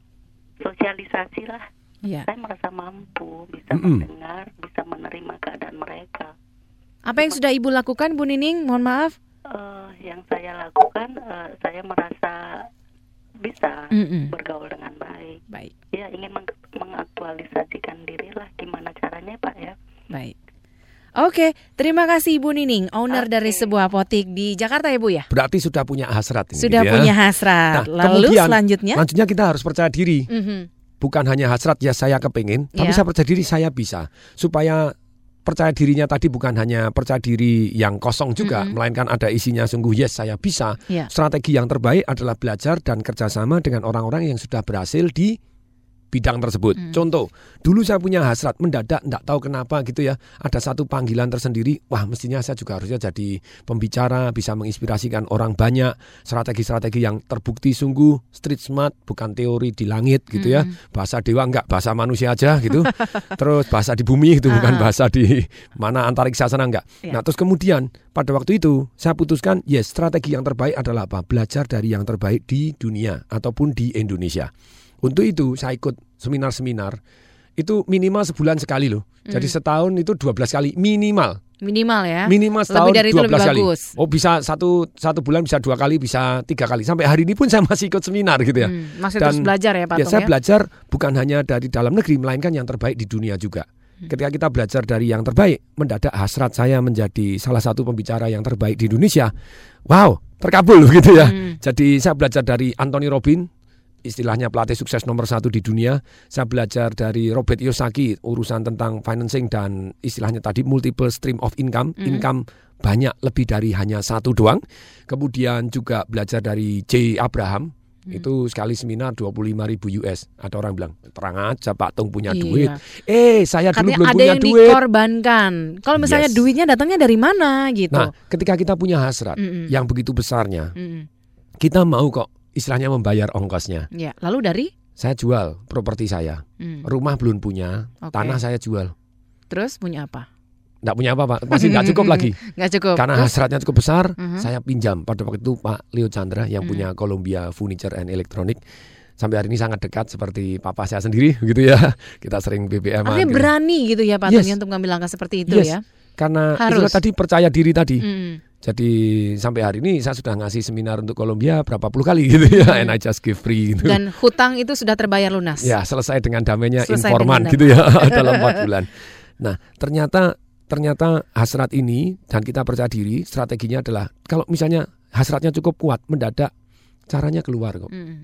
Speaker 13: sosialisasi lah.
Speaker 2: Iya.
Speaker 13: Saya merasa mampu, bisa
Speaker 12: Mm-mm.
Speaker 13: mendengar, bisa menerima keadaan mereka.
Speaker 2: Apa yang sudah Ibu lakukan, Bu Nining? Mohon maaf.
Speaker 13: Eh, yang saya lakukan, eh, saya merasa bisa
Speaker 2: Mm-mm.
Speaker 13: bergaul dengan baik.
Speaker 2: Baik.
Speaker 13: Ya, ingin meng- mengaktualisasikan diri lah. Gimana caranya, Pak ya?
Speaker 2: Baik. Oke, terima kasih Ibu Nining, owner dari sebuah apotik di Jakarta ya Bu ya?
Speaker 12: Berarti sudah punya hasrat ini.
Speaker 2: Sudah
Speaker 12: gitu ya.
Speaker 2: punya hasrat.
Speaker 12: Nah,
Speaker 2: Lalu
Speaker 12: kemudian,
Speaker 2: selanjutnya?
Speaker 12: Selanjutnya kita harus percaya diri.
Speaker 2: Mhm.
Speaker 12: Bukan hanya hasrat, ya saya kepingin, tapi
Speaker 2: Ya.
Speaker 12: saya percaya diri saya bisa. Supaya percaya dirinya tadi bukan hanya percaya diri yang kosong juga,
Speaker 2: Mm-mm.
Speaker 12: melainkan ada isinya sungguh yes saya bisa.
Speaker 2: Ya.
Speaker 12: Strategi yang terbaik adalah belajar dan kerjasama dengan orang-orang yang sudah berhasil di bidang tersebut.
Speaker 2: Mm.
Speaker 12: Contoh, dulu saya punya hasrat mendadak, enggak tahu kenapa gitu ya. Ada satu panggilan tersendiri, wah mestinya saya juga harusnya jadi pembicara, bisa menginspirasikan orang banyak. Strategi-strategi yang terbukti sungguh street smart, bukan teori di langit gitu ya.
Speaker 2: Mm-mm.
Speaker 12: Bahasa dewa enggak, bahasa manusia aja gitu. Terus bahasa di bumi itu bukan
Speaker 2: Ah.
Speaker 12: bahasa di mana antariksa sana enggak.
Speaker 2: Ya.
Speaker 12: Nah, terus kemudian pada waktu itu saya putuskan, yes, strategi yang terbaik adalah apa? Belajar dari yang terbaik di dunia ataupun di Indonesia. Untuk itu saya ikut seminar-seminar itu minimal sebulan sekali loh. Jadi
Speaker 2: Hmm.
Speaker 12: setahun itu dua belas kali minimal.
Speaker 2: Minimal ya?
Speaker 12: Minimal setahun
Speaker 2: Lebih dari itu
Speaker 12: dua belas
Speaker 2: lebih
Speaker 12: kali.
Speaker 2: bagus.
Speaker 12: Oh bisa satu satu bulan bisa dua kali, bisa tiga kali. Sampai hari ini pun saya masih ikut seminar gitu ya.
Speaker 2: Hmm, masih terus belajar ya Pak
Speaker 12: Ya
Speaker 2: Tung
Speaker 12: saya
Speaker 2: ya?
Speaker 12: belajar bukan hanya dari dalam negeri, melainkan yang terbaik di dunia juga.
Speaker 2: Hmm.
Speaker 12: Ketika kita belajar dari yang terbaik, mendadak hasrat saya menjadi salah satu pembicara yang terbaik di Indonesia. Wow, terkabul gitu ya.
Speaker 2: Hmm.
Speaker 12: Jadi saya belajar dari Anthony Robbins, istilahnya pelatih sukses nomor satu di dunia. Saya belajar dari Robert Kiyosaki, urusan tentang financing dan istilahnya tadi multiple stream of income,
Speaker 2: Mhm.
Speaker 12: income banyak lebih dari hanya satu doang. Kemudian juga belajar dari J. Abraham, itu sekali seminar dua puluh lima ribu U S. Ada orang bilang, terang aja Pak Tung punya
Speaker 2: Iya.
Speaker 12: duit. Eh, saya dulu
Speaker 2: Katanya
Speaker 12: belum
Speaker 2: ada
Speaker 12: punya
Speaker 2: yang
Speaker 12: duit.
Speaker 2: dikorbankan. Kalau misalnya
Speaker 12: Yes.
Speaker 2: duitnya datangnya dari mana gitu.
Speaker 12: Nah, ketika kita punya hasrat
Speaker 2: Mm-mm.
Speaker 12: yang begitu besarnya,
Speaker 2: Mm-mm.
Speaker 12: kita mau kok istilahnya membayar ongkosnya.
Speaker 2: Ya, lalu dari?
Speaker 12: Saya jual properti saya.
Speaker 2: Hmm.
Speaker 12: Rumah belum punya,
Speaker 2: Oke.
Speaker 12: tanah saya jual.
Speaker 2: Terus punya apa?
Speaker 12: Nggak punya apa-apa, masih nggak cukup lagi.
Speaker 2: Nggak cukup.
Speaker 12: Karena
Speaker 2: Terus?
Speaker 12: hasratnya cukup besar,
Speaker 2: Mhm.
Speaker 12: saya pinjam. Pada waktu itu Pak Leo Chandra yang
Speaker 2: Hmm.
Speaker 12: punya Columbia Furniture and Electronic. Sampai hari ini sangat dekat seperti papa saya sendiri gitu ya. Kita sering B B M-an.
Speaker 2: Artinya
Speaker 12: gitu.
Speaker 2: berani gitu ya Pak
Speaker 12: Yes.
Speaker 2: Tung untuk ngambil langkah seperti itu
Speaker 12: Yes.
Speaker 2: ya.
Speaker 12: Karena
Speaker 2: Harus.
Speaker 12: itulah tadi percaya diri tadi.
Speaker 2: Mm.
Speaker 12: Jadi sampai hari ini saya sudah ngasih seminar untuk Kolombia berapa puluh kali gitu ya, hmm. and I just give free gitu.
Speaker 2: Dan hutang itu sudah terbayar lunas.
Speaker 12: Ya, selesai dengan damainya selesai informan
Speaker 2: dengan
Speaker 12: gitu ya dalam empat bulan. Nah, ternyata ternyata hasrat ini dan kita percaya diri, strateginya adalah kalau misalnya hasratnya cukup kuat, mendadak caranya keluar kok. Hmm.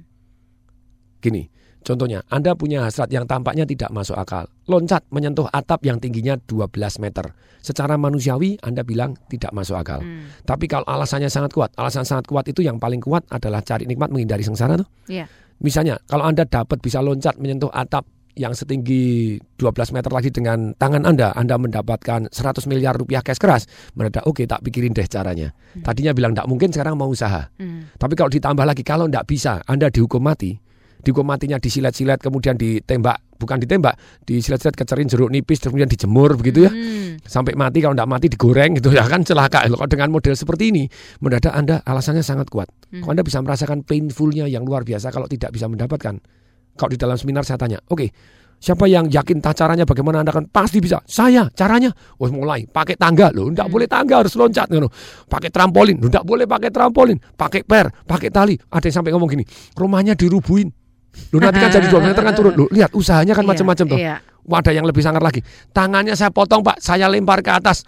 Speaker 12: Gini, contohnya, Anda punya hasrat yang tampaknya tidak masuk akal. Loncat menyentuh atap yang tingginya dua belas meter. Secara manusiawi Anda bilang tidak masuk akal. Hmm. Tapi kalau alasannya sangat kuat, alasan sangat kuat itu yang paling kuat adalah cari nikmat menghindari sengsara tuh. Yeah. Misalnya, kalau Anda dapat bisa loncat menyentuh atap yang setinggi dua belas meter lagi dengan tangan Anda, Anda mendapatkan seratus miliar rupiah cash keras. Mendadak, oke, okay, tak pikirin deh caranya. Hmm. Tadinya bilang tidak mungkin, sekarang mau usaha. Hmm. Tapi kalau ditambah lagi, kalau tidak bisa, Anda dihukum mati. Dihukum matinya disilet-silet, kemudian ditembak, bukan ditembak, disilet-silet kecerin jeruk nipis, kemudian dijemur begitu ya, hmm. sampai mati. Kalau tidak mati digoreng gitu ya kan, celaka. Kalau dengan model seperti ini, mendadak Anda alasannya sangat kuat. Hmm. Kalau Anda bisa merasakan painfulnya yang luar biasa kalau tidak bisa mendapatkan. Kalau di dalam seminar saya tanya, oke, okay, siapa yang yakin tak caranya bagaimana Anda akan pasti bisa? Saya, caranya, oh mulai pakai tangga loh, tidak hmm. boleh tangga, harus loncat, loh. Pakai trampolin, loh, tidak boleh pakai trampolin, pakai per, pakai tali. Ada yang sampai ngomong gini, rumahnya dirubuhin. Lu nanti kan jadi dua meter kan turun. Lu lihat usahanya kan macam-macam tuh. Iya. Wadah yang lebih sangar lagi. Tangannya saya potong Pak, saya lempar ke atas.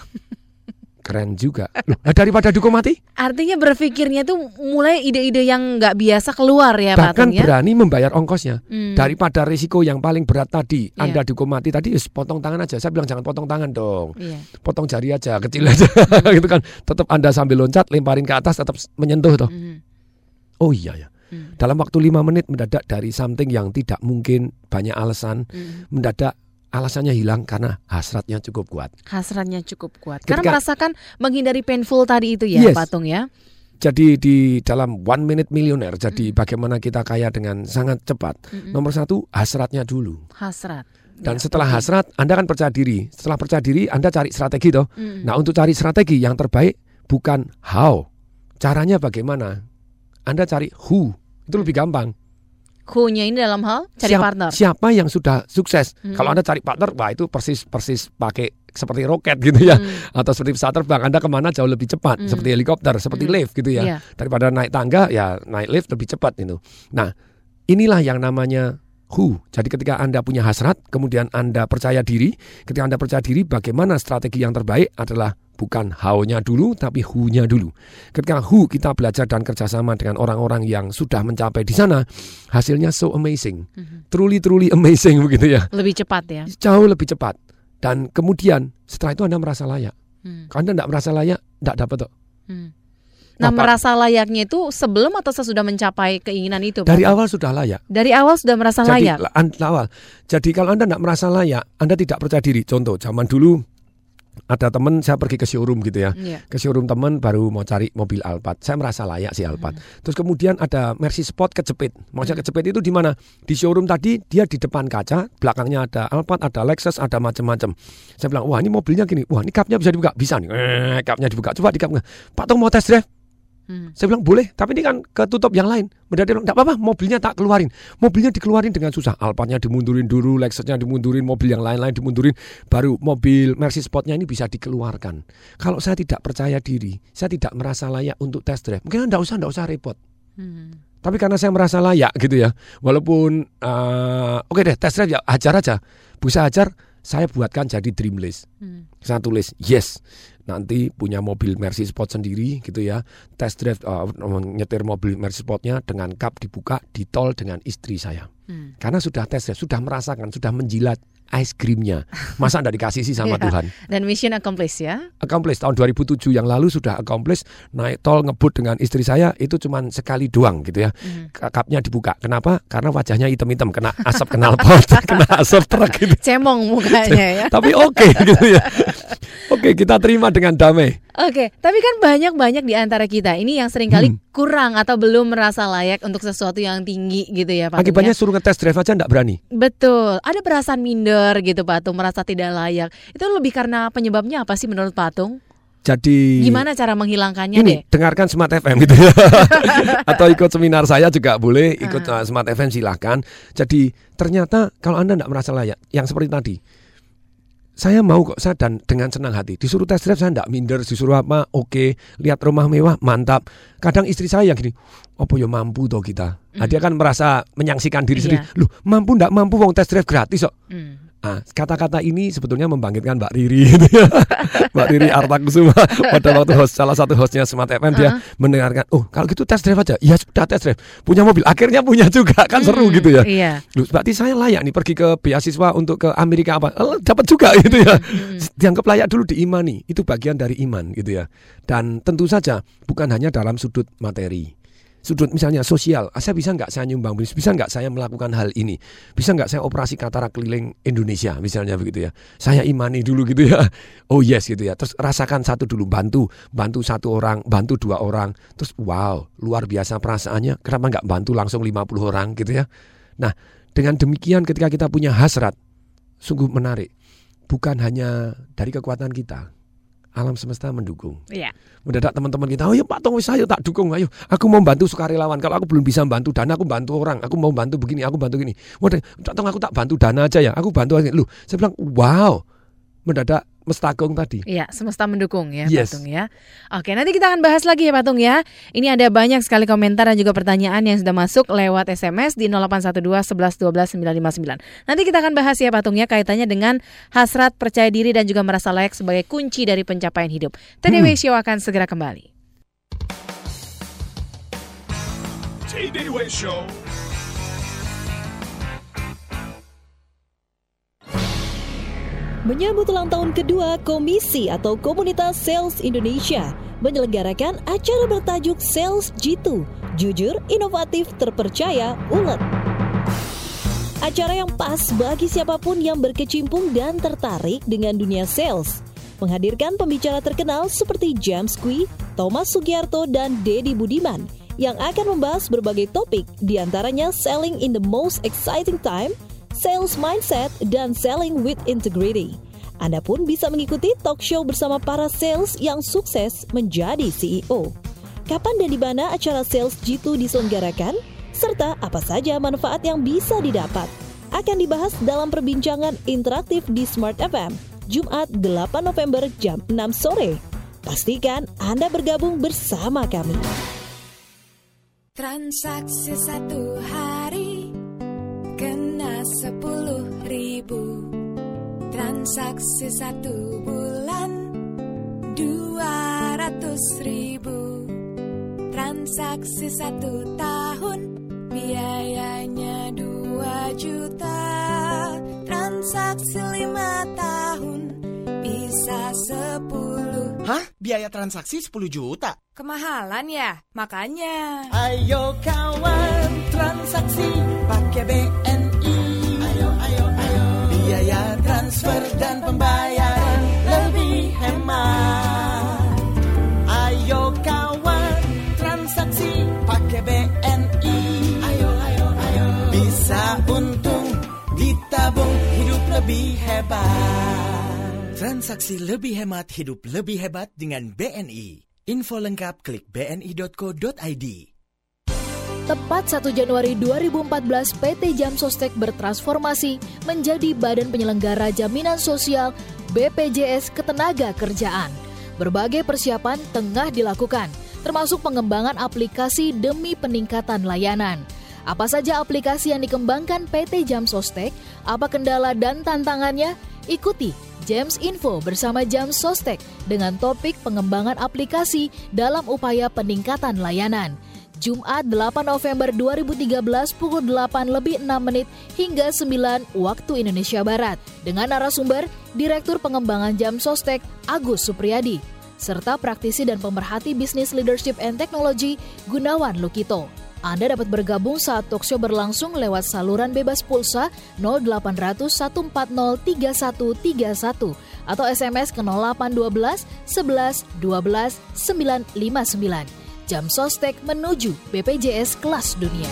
Speaker 12: Keren juga. Loh, daripada dihukum mati?
Speaker 2: Artinya berpikirnya tuh mulai ide-ide yang nggak biasa keluar ya Pak Tung ya.
Speaker 12: Bahkan berani membayar ongkosnya. Hmm. Daripada risiko yang paling berat tadi, yeah. Anda dihukum mati tadi, yes, potong tangan aja. Saya bilang jangan potong tangan dong. Yeah. Potong jari aja, kecil aja. Gitu kan. Tetap Anda sambil loncat, lemparin ke atas, tetap menyentuh toh. Hmm. Oh iya ya. Hmm. Dalam waktu lima menit mendadak dari something yang tidak mungkin, banyak alasan, hmm. mendadak alasannya hilang karena hasratnya cukup kuat.
Speaker 2: Hasratnya cukup kuat. Ketika, karena merasakan menghindari painful tadi itu ya, yes. Pak Tung ya.
Speaker 12: Jadi di dalam one minute millionaire, jadi hmm. bagaimana kita kaya dengan sangat cepat. Hmm. Nomor satu, hasratnya dulu.
Speaker 2: Hasrat.
Speaker 12: Dan ya, setelah okay. hasrat, Anda kan percaya diri. Setelah percaya diri, Anda cari strategi toh. Hmm. Nah, untuk cari strategi yang terbaik bukan how. Caranya bagaimana? Anda cari who, itu lebih gampang.
Speaker 2: Who-nya ini dalam hal cari
Speaker 12: siapa,
Speaker 2: partner.
Speaker 12: Siapa yang sudah sukses? Hmm. Kalau Anda cari partner, wah itu persis persis pakai seperti roket gitu ya, hmm. atau seperti pesawat terbang. Anda kemana jauh lebih cepat, hmm. seperti helikopter, seperti hmm. lift gitu ya. Yeah. Daripada naik tangga, ya naik lift lebih cepat itu. Nah, inilah yang namanya who. Jadi ketika Anda punya hasrat, kemudian Anda percaya diri. Ketika Anda percaya diri, bagaimana strategi yang terbaik adalah bukan how-nya dulu, tapi who-nya dulu. Ketika who kita belajar dan kerjasama dengan orang-orang yang sudah mencapai di sana, hasilnya so amazing. Mm-hmm. Truly, truly amazing begitu ya.
Speaker 2: Lebih cepat ya.
Speaker 12: Jauh lebih cepat. Dan kemudian setelah itu Anda merasa layak. Hmm. Kalau Anda tidak merasa layak, tidak dapat kok.
Speaker 2: Hmm. Nah, Bapak, merasa layaknya itu sebelum atau sesudah mencapai keinginan itu?
Speaker 12: Dari
Speaker 2: Bapak?
Speaker 12: awal sudah layak.
Speaker 2: Dari awal sudah merasa
Speaker 12: Jadi,
Speaker 2: layak?
Speaker 12: Jadi awal. Jadi kalau Anda tidak merasa layak, Anda tidak percaya diri. Contoh, zaman dulu ada teman saya pergi ke showroom gitu ya, yeah. ke showroom teman baru mau cari mobil Alphard. Saya merasa layak sih Alphard. Hmm. Terus kemudian ada Mercy Sport kejepit. Maksudnya kejepit itu di mana? Di showroom tadi dia di depan kaca, belakangnya ada Alphard, ada Lexus, ada macam-macam. Saya bilang, wah ini mobilnya gini, wah ini kapnya bisa dibuka, bisa nih, eh, kapnya dibuka. Coba di kapnya, Pak Tung mau test drive? Hmm. Saya bilang boleh, tapi ini kan ketutup yang lain. Mendadak tidak apa-apa, mobilnya tak keluarin. Mobilnya dikeluarin dengan susah. Alphardnya dimundurin dulu, Lexusnya dimundurin, mobil yang lain-lain dimundurin, baru mobil Mercy Sportnya ini bisa dikeluarkan. Kalau saya tidak percaya diri, saya tidak merasa layak untuk test drive, mungkin tidak usah, tidak usah repot. Hmm. Tapi karena saya merasa layak gitu ya, walaupun uh, oke okay deh test drive ya, ajar aja, bisa ajar. Saya buatkan jadi dream list. Hmm. Saya tulis yes. Nanti punya mobil Mercy Sport sendiri gitu ya. Test drive uh, nyetir mobil Mercy Sportnya dengan kap dibuka di tol dengan istri saya. Hmm. Karena sudah test drive, sudah merasakan, sudah menjilat ice creamnya. Masa enggak dikasih sih sama yeah. Tuhan.
Speaker 2: Dan mission accomplished ya.
Speaker 12: Accomplished tahun dua ribu tujuh yang lalu sudah accomplished. Naik tol ngebut dengan istri saya itu cuma sekali doang gitu ya. Hmm. Kapnya dibuka. Kenapa? Karena wajahnya hitam-hitam, kena asap knalpot, kena asap truk gitu.
Speaker 2: Cemong mukanya ya.
Speaker 12: Tapi oke okay, gitu ya. Oke, okay, kita terima dengan damai.
Speaker 2: Oke, okay, tapi kan banyak-banyak di antara kita ini yang seringkali hmm. kurang atau belum merasa layak untuk sesuatu yang tinggi gitu ya Pak.
Speaker 12: Akibatnya ya? Suruh ngetes drive aja enggak berani.
Speaker 2: Betul, ada perasaan minder gitu Pak Tung, merasa tidak layak. Itu lebih karena penyebabnya apa sih menurut Pak Tung?
Speaker 12: Jadi
Speaker 2: gimana cara menghilangkannya
Speaker 12: ini,
Speaker 2: deh?
Speaker 12: Dengarkan Smart F M gitu ya. Atau ikut seminar saya juga boleh, ikut uh. Smart F M silahkan. Jadi ternyata kalau Anda enggak merasa layak, yang seperti tadi, saya mau kok, saya dan dengan senang hati. Disuruh test drive saya enggak minder, disuruh apa, oke, okay. Lihat rumah mewah, mantap. Kadang istri saya yang gini, opo yo mampu toh kita. Mm. Nah, dia kan merasa menyangsikan diri sendiri. Loh, mampu enggak mampu wong test drive gratis kok. Mm. Nah, kata-kata ini sebetulnya membangkitkan Mbak Riri gitu ya. Mbak Riri Artakusuma pada waktu host, salah satu hostnya Smart F M, uh-huh. Dia mendengarkan, oh kalau gitu test drive aja. Ya sudah test drive, punya mobil, akhirnya punya juga, kan seru mm, gitu ya. Iya. Loh, berarti saya layak nih pergi ke beasiswa untuk ke Amerika apa, eh, dapat juga gitu ya. Mm. Dianggap layak dulu, diimani, itu bagian dari iman gitu ya. Dan tentu saja bukan hanya dalam sudut materi, sudut misalnya sosial, saya bisa nggak saya nyumbang, bisa nggak saya melakukan hal ini, bisa nggak saya operasi katarak keliling Indonesia misalnya begitu ya, saya imani dulu gitu ya, oh yes gitu ya, terus rasakan satu dulu, bantu, bantu satu orang, bantu dua orang, terus wow, luar biasa perasaannya, kenapa nggak bantu langsung lima puluh orang gitu ya. Nah, dengan demikian ketika kita punya hasrat, sungguh menarik, bukan hanya dari kekuatan kita, alam semesta mendukung. Iya. Mendadak teman-teman kita, oh ya Pak Tong, saya tak dukung, ayo, aku mau bantu sukarelawan. Kalau aku belum bisa bantu dana, aku bantu orang. Aku mau bantu begini, aku bantu gini. Waduh, Tong aku tak bantu dana aja ya, aku bantu aja. Loh, saya bilang, wow, mendadak mestagung tadi.
Speaker 2: Iya, semesta mendukung ya,
Speaker 12: yes.
Speaker 2: Pak Tung ya. Oke, nanti kita akan bahas lagi ya Pak Tung ya. Ini ada banyak sekali komentar dan juga pertanyaan yang sudah masuk lewat S M S di nol delapan satu dua, satu satu, satu dua, sembilan lima sembilan. Nanti kita akan bahas ya Pak Tung ya, kaitannya dengan hasrat, percaya diri dan juga merasa layak sebagai kunci dari pencapaian hidup. T D W hmm. Show akan segera kembali.
Speaker 1: T D W Show.
Speaker 14: Menyambut ulang tahun kedua Komisi atau Komunitas Sales Indonesia menyelenggarakan acara bertajuk Sales Jitu, jujur, inovatif, terpercaya, ulet. Acara yang pas bagi siapapun yang berkecimpung dan tertarik dengan dunia sales. Menghadirkan pembicara terkenal seperti James Kui, Thomas Sugiarto, dan Deddy Budiman yang akan membahas berbagai topik, diantaranya selling in the most exciting time, sales mindset, dan selling with integrity. Anda pun bisa mengikuti talk show bersama para sales yang sukses menjadi C E O. Kapan dan di mana acara Sales Jitu diselenggarakan? Serta apa saja manfaat yang bisa didapat? Akan dibahas dalam perbincangan interaktif di Smart F M, Jumat delapan November jam enam sore. Pastikan Anda bergabung bersama kami.
Speaker 15: Transaksi satu hari kena sepuluh ribu, transaksi satu bulan dua ratus ribu, transaksi satu tahun biayanya dua juta, transaksi lima tahun bisa sepuluh.
Speaker 16: Hah? Biaya transaksi sepuluh juta?
Speaker 15: Kemahalan ya? Makanya.
Speaker 16: Ayo kawan, transaksi pakai B N I. Ayo, ayo, ayo. Biaya transfer dan pembayaran lebih hemat. Ayo kawan, transaksi pakai B N I. Ayo, ayo, ayo. Bisa untung, ditabung, hidup lebih hebat. Transaksi lebih hemat, hidup lebih hebat dengan B N I. Info lengkap klik b n i dot co dot i d.
Speaker 11: Tepat satu Januari dua ribu empat belas, P T Jam Sostek bertransformasi menjadi Badan Penyelenggara Jaminan Sosial B P J S Ketenagakerjaan. Berbagai persiapan tengah dilakukan, termasuk pengembangan aplikasi demi peningkatan layanan. Apa saja aplikasi yang dikembangkan P T Jam Sostek, apa kendala dan tantangannya? Ikuti James Info bersama Jam Sostek dengan topik pengembangan aplikasi dalam upaya peningkatan layanan. Jumat delapan November dua ribu tiga belas pukul delapan lebih enam menit hingga sembilan waktu Indonesia Barat dengan narasumber Direktur Pengembangan Jam Sostek Agus Supriyadi serta praktisi dan pemerhati Business Leadership and Technology Gunawan Lukito. Anda dapat bergabung saat talkshow berlangsung lewat saluran bebas pulsa nol delapan nol nol satu empat nol tiga satu tiga satu atau S M S ke nol delapan satu dua sebelas dua belas sembilan lima sembilan. Jam Sostek menuju B P J S kelas dunia.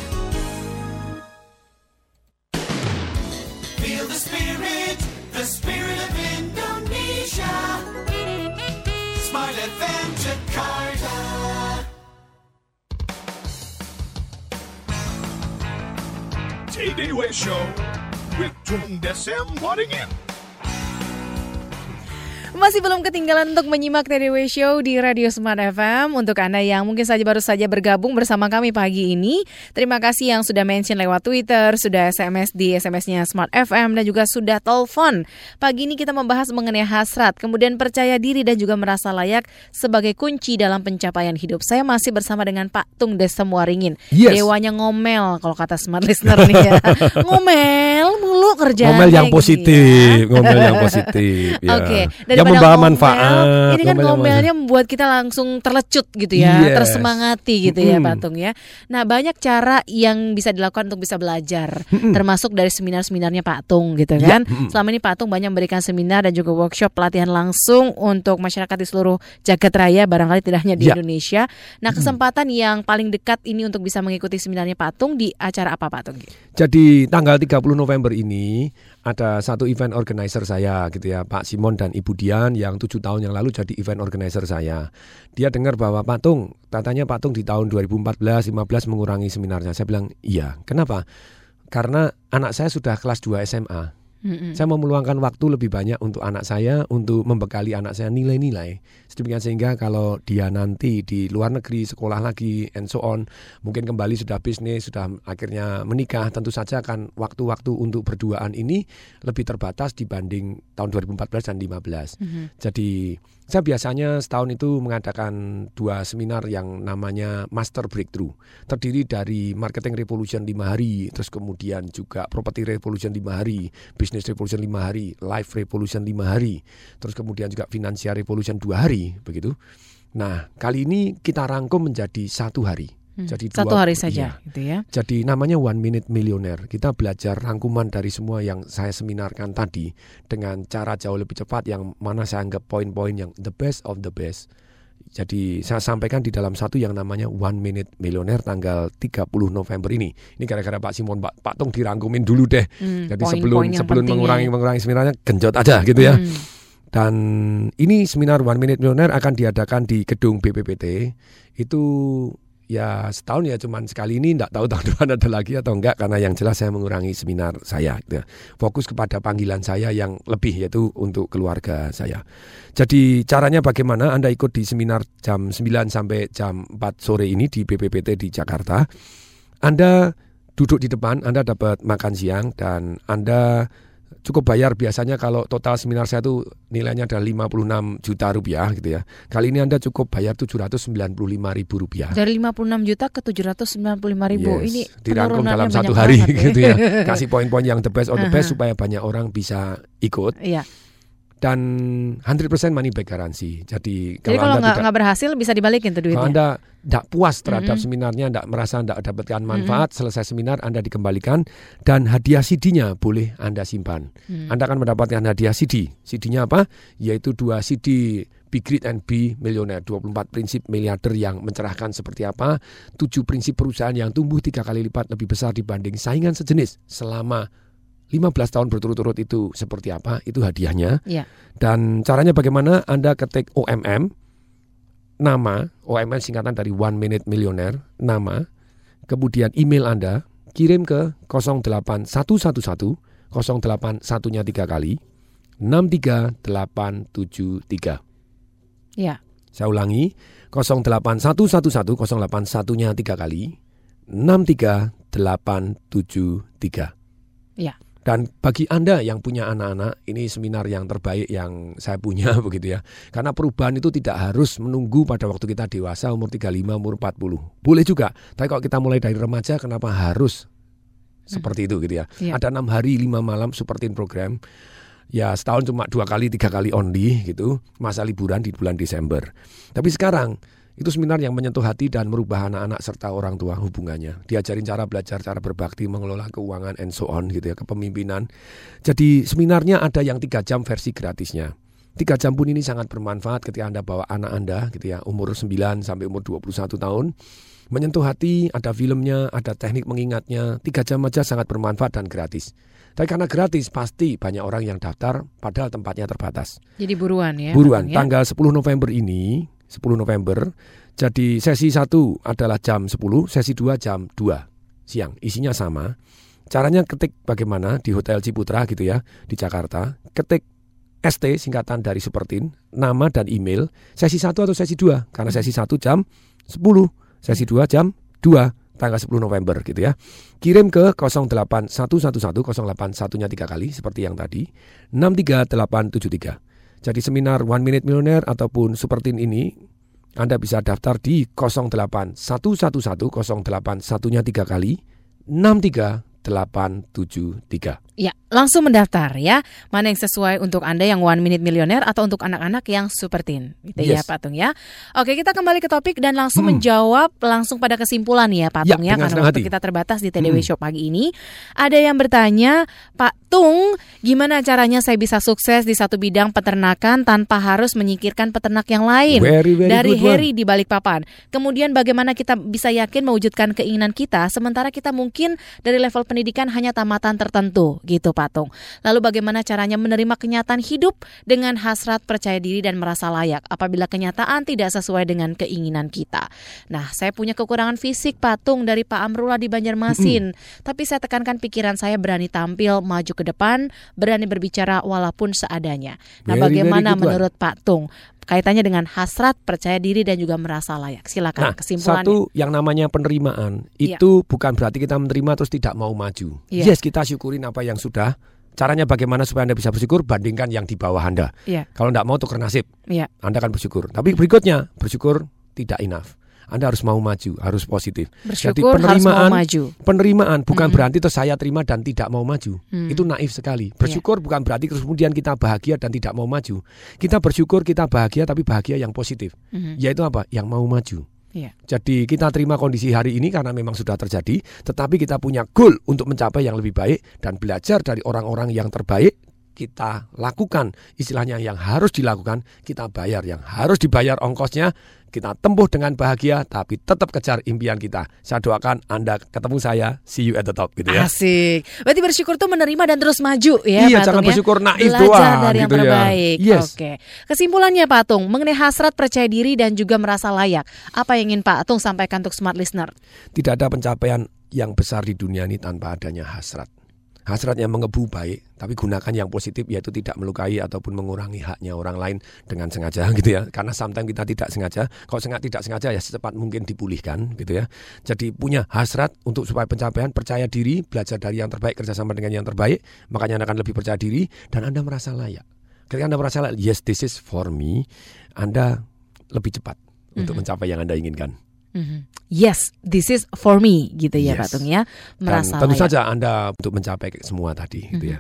Speaker 5: Feel the spirit, the spirit of Indonesia. Smart F M Jakarta.
Speaker 1: T D W Show with Tung Desem Wadding In.
Speaker 2: Masih belum ketinggalan untuk menyimak T D W Show di Radio Smart F M. Untuk Anda yang mungkin saja baru saja bergabung bersama kami pagi ini, terima kasih yang sudah mention lewat Twitter, sudah S M S di S M S-nya Smart F M, dan juga sudah telepon. Pagi ini kita membahas mengenai hasrat, kemudian percaya diri dan juga merasa layak sebagai kunci dalam pencapaian hidup. Saya masih bersama dengan Pak Tung Desem Waringin.
Speaker 12: Yes.
Speaker 2: Dewanya ngomel kalau kata Smart Listener nih ya. Ngomel mulu kerjaan.
Speaker 12: Ngomel yang positif, ya. Ngomel yang positif. Ya.
Speaker 2: Oke,
Speaker 12: yang membawa
Speaker 2: ngomel,
Speaker 12: manfaat.
Speaker 2: Ini kan ngomelnya membuat kita langsung terlecut gitu ya,
Speaker 12: yes.
Speaker 2: tersemangati gitu
Speaker 12: mm-hmm.
Speaker 2: ya Pak Tung ya. Nah, banyak cara yang bisa dilakukan untuk bisa belajar, mm-hmm. termasuk dari seminar-seminarnya Pak Tung gitu kan. Yeah. Mm-hmm. Selama ini Pak Tung banyak memberikan seminar dan juga workshop pelatihan langsung untuk masyarakat di seluruh jagat raya, barangkali tidak hanya di yeah. Indonesia. Nah, kesempatan mm-hmm. yang paling dekat ini untuk bisa mengikuti seminarnya Pak Tung di acara apa Pak Tung?
Speaker 12: Jadi tanggal tiga puluh November ini ada satu event organizer saya gitu ya, Pak Simon dan Ibu Dian yang tujuh tahun yang lalu jadi event organizer saya. Dia dengar bahwa Pak Tung, katanya Pak Tung di tahun dua ribu empat belas lima belas mengurangi seminarnya. Saya bilang iya. Kenapa? Karena anak saya sudah kelas dua S M A. Mm-hmm. Saya mau meluangkan waktu lebih banyak untuk anak saya, untuk membekali anak saya nilai-nilai. Sedemikian sehingga kalau dia nanti di luar negeri sekolah lagi and so on, mungkin kembali sudah bisnis, sudah akhirnya menikah, tentu saja akan waktu-waktu untuk berduaan ini lebih terbatas dibanding tahun dua ribu empat belas dan lima belas. Mm-hmm. Jadi saya biasanya setahun itu mengadakan dua seminar yang namanya Master Breakthrough. Terdiri dari Marketing Revolution lima hari, terus kemudian juga Property Revolution lima hari, Business Revolution lima hari, Life Revolution lima hari, terus kemudian juga Financial Revolution dua hari, begitu. Nah, kali ini kita rangkum menjadi satu hari.
Speaker 2: Hmm,
Speaker 12: Jadi
Speaker 2: satu
Speaker 12: dua,
Speaker 2: hari saja,
Speaker 12: iya.
Speaker 2: gitu ya.
Speaker 12: Jadi namanya One Minute Millionaire. Kita belajar rangkuman dari semua yang saya seminarkan tadi dengan cara jauh lebih cepat, yang mana saya anggap poin-poin yang the best of the best. Jadi saya sampaikan di dalam satu yang namanya One Minute Millionaire tanggal tiga puluh November ini. Ini gara-gara Pak Simon, Pak, Pak Tung dirangkumin dulu deh. Hmm, Jadi sebelum sebelum mengurangi mengurangi seminarnya genjot aja gitu ya. Hmm. Dan ini seminar One Minute Millionaire akan diadakan di gedung B P P T. Itu ya setahun ya, cuman sekali ini, enggak tahu tahun depan ada lagi atau enggak, karena yang jelas saya mengurangi seminar saya gitu. Fokus kepada panggilan saya yang lebih, yaitu untuk keluarga saya. Jadi caranya bagaimana? Anda ikut di seminar jam sembilan sampai jam empat sore ini di B P P T di Jakarta. Anda duduk di depan, Anda dapat makan siang, dan Anda cukup bayar. Biasanya kalau total seminar saya itu nilainya ada lima puluh enam juta rupiah gitu ya. Kali ini Anda cukup bayar tujuh ratus sembilan puluh lima ribu rupiah.
Speaker 2: Dari lima puluh enam juta ke tujuh ratus sembilan puluh lima ribu.
Speaker 12: Yes,
Speaker 2: ini
Speaker 12: dirangkum dalam satu hari ya. Gitu ya. Kasih poin-poin yang the best of the best uh-huh. supaya banyak orang bisa ikut.
Speaker 2: Iya.
Speaker 12: Dan seratus persen money back garansi. Jadi,
Speaker 2: Jadi kalau nggak nggak berhasil bisa dibalikin tuh duitnya.
Speaker 12: Kalau Anda tidak puas terhadap
Speaker 2: mm-hmm.
Speaker 12: seminarnya, tidak merasa tidak dapatkan manfaat, mm-hmm. selesai seminar Anda dikembalikan, dan hadiah C D-nya boleh Anda simpan. Mm-hmm. Anda akan mendapatkan hadiah C D. C D-nya apa? Yaitu dua C D Be Great and Be Millionaire, dua puluh empat prinsip miliarder yang mencerahkan seperti apa, tujuh prinsip perusahaan yang tumbuh tiga kali lipat lebih besar dibanding saingan sejenis selama lima belas tahun berturut-turut, itu seperti apa, itu hadiahnya.
Speaker 2: Yeah.
Speaker 12: Dan caranya bagaimana? Anda ketik O M M, nama, O M M singkatan dari One Minute Millionaire, nama, kemudian email Anda, kirim ke nol delapan satu satu satu nol delapan satu-nya tiga kali, enam tiga delapan tujuh tiga.
Speaker 2: Ya.
Speaker 12: Saya ulangi, nol delapan satu satu satu nol delapan satu-nya tiga kali, enam tiga delapan tujuh tiga.
Speaker 2: Ya.
Speaker 12: Dan bagi Anda yang punya anak-anak, ini seminar yang terbaik yang saya punya begitu ya. Karena perubahan itu tidak harus menunggu pada waktu kita dewasa, umur tiga puluh lima, umur empat puluh. Boleh juga, tapi kalau kita mulai dari remaja, kenapa harus seperti itu gitu ya. Ya. Ada enam hari, lima malam Superteen program. Ya setahun cuma dua kali, tiga kali only gitu. Masa liburan di bulan Desember. Tapi sekarang itu seminar yang menyentuh hati dan merubah anak-anak serta orang tua hubungannya. Diajarin cara belajar, cara berbakti, mengelola keuangan, and so on gitu ya, kepemimpinan. Jadi seminarnya ada yang tiga jam versi gratisnya. Tiga jam pun ini sangat bermanfaat ketika Anda bawa anak Anda gitu ya, umur sembilan sampai umur dua puluh satu tahun. Menyentuh hati, ada filmnya, ada teknik mengingatnya. Tiga jam aja sangat bermanfaat dan gratis. Tapi karena gratis, pasti banyak orang yang daftar, padahal tempatnya terbatas.
Speaker 2: Jadi buruan ya?
Speaker 12: Buruan,
Speaker 2: ya?
Speaker 12: Tanggal sepuluh November ini, sepuluh November, jadi sesi satu adalah jam sepuluh, sesi dua jam dua siang. Isinya sama. Caranya ketik bagaimana di Hotel Ciputra gitu ya, di Jakarta. Ketik S T singkatan dari Supertin, nama dan email, sesi satu atau sesi dua. Karena sesi satu jam sepuluh, sesi dua jam dua, tanggal sepuluh November gitu ya. Kirim ke nol delapan satu satu satu nol delapan satu-nya tiga kali seperti yang tadi, enam tiga delapan tujuh tiga. Jadi seminar One Minute Millionaire ataupun Supertin ini Anda bisa daftar di nol delapan satu satu satu nol delapan satu-nya tiga kali, enam tiga delapan tujuh tiga.
Speaker 2: Ya, langsung mendaftar ya. Mana yang sesuai untuk Anda yang One Minute Millionaire atau untuk anak-anak yang Supertin. Gitu
Speaker 12: Yes.
Speaker 2: ya Pak Tung ya. Oke, kita kembali ke topik dan langsung
Speaker 12: Hmm.
Speaker 2: menjawab langsung pada kesimpulan ya Pak
Speaker 12: Ya,
Speaker 2: Tung ya.
Speaker 12: dengan
Speaker 2: Karena
Speaker 12: senang
Speaker 2: waktu
Speaker 12: hati.
Speaker 2: kita terbatas di T D W
Speaker 12: Hmm.
Speaker 2: Show pagi ini. Ada yang bertanya, Pak Tung, gimana caranya saya bisa sukses di satu bidang peternakan tanpa harus menyingkirkan peternak yang lain?
Speaker 12: Very, very
Speaker 2: Dari
Speaker 12: good
Speaker 2: Harry
Speaker 12: one.
Speaker 2: di Balikpapan. Kemudian bagaimana kita bisa yakin mewujudkan keinginan kita sementara kita mungkin dari level pendidikan hanya tamatan tertentu gitu Pak Tung. Lalu bagaimana caranya menerima kenyataan hidup dengan hasrat percaya diri dan merasa layak apabila kenyataan tidak sesuai dengan keinginan kita. Nah, saya punya kekurangan fisik Pak Tung dari Pak Amrullah di Banjarmasin. Tapi saya tekankan pikiran saya berani tampil, maju ke depan, berani berbicara walaupun seadanya. Nah,
Speaker 12: Very, very
Speaker 2: bagaimana
Speaker 12: good one.
Speaker 2: menurut Pak Tung kaitannya dengan hasrat, percaya diri dan juga merasa layak? Silakan
Speaker 12: Nah,
Speaker 2: kesimpulannya.
Speaker 12: satu yang namanya penerimaan
Speaker 2: Iya.
Speaker 12: itu bukan berarti kita menerima terus tidak mau maju.
Speaker 2: Iya.
Speaker 12: Yes, kita syukurin apa yang sudah. Caranya bagaimana supaya Anda bisa bersyukur? Bandingkan yang di bawah Anda.
Speaker 2: Iya.
Speaker 12: Kalau tidak mau tukar nasib,
Speaker 2: Iya.
Speaker 12: Anda akan bersyukur. Tapi berikutnya, bersyukur tidak enough. Anda harus mau maju, harus positif.
Speaker 2: Bersyukur,
Speaker 12: Jadi
Speaker 2: harus
Speaker 12: penerimaan,
Speaker 2: mau maju.
Speaker 12: penerimaan bukan
Speaker 2: Mm-mm.
Speaker 12: berarti terus saya terima dan tidak mau maju.
Speaker 2: Hmm.
Speaker 12: Itu naif sekali. Bersyukur bukan berarti terus kemudian kita bahagia dan tidak mau maju. Kita bersyukur, kita bahagia tapi bahagia yang positif.
Speaker 2: Mhm.
Speaker 12: Yaitu apa? Yang mau maju.
Speaker 2: Iya.
Speaker 12: Jadi kita terima kondisi hari ini karena memang sudah terjadi, tetapi kita punya goal untuk mencapai yang lebih baik dan belajar dari orang-orang yang terbaik. Kita lakukan istilahnya yang harus dilakukan, kita bayar yang harus dibayar ongkosnya, kita tempuh dengan bahagia tapi tetap kejar impian kita. Saya doakan Anda ketemu saya, see you at the top gitu ya.
Speaker 2: Asik. Berarti bersyukur tuh menerima dan terus maju ya
Speaker 12: Iya,
Speaker 2: Pak
Speaker 12: jangan
Speaker 2: Tung, ya?
Speaker 12: bersyukur naif
Speaker 2: Belajar
Speaker 12: doang,
Speaker 2: dari yang
Speaker 12: gitu ya.
Speaker 2: terbaik.
Speaker 12: Yes.
Speaker 2: Oke. Kesimpulannya Pak Tung, mengenai hasrat percaya diri dan juga merasa layak. Apa yang ingin Pak Tung sampaikan untuk smart listener?
Speaker 12: Tidak ada pencapaian yang besar di dunia ini tanpa adanya hasrat. Hasrat yang mengebu baik, tapi gunakan yang positif, yaitu tidak melukai ataupun mengurangi haknya orang lain dengan sengaja gitu ya. Karena sometimes kita tidak sengaja, kalau sengaja tidak sengaja ya secepat mungkin dipulihkan gitu ya. Jadi punya hasrat untuk supaya pencapaian, percaya diri, belajar dari yang terbaik, kerjasama dengan yang terbaik, makanya Anda akan lebih percaya diri dan Anda merasa layak. Ketika Anda merasa layak, yes this is for me, Anda lebih cepat mm-hmm. untuk mencapai yang Anda inginkan.
Speaker 2: Mm-hmm. Yes, this is for me gitu ya
Speaker 12: Yes.
Speaker 2: Pak Tung ya. Merasa
Speaker 12: Dan tentu
Speaker 2: layak.
Speaker 12: saja Anda untuk mencapai semua tadi gitu ya.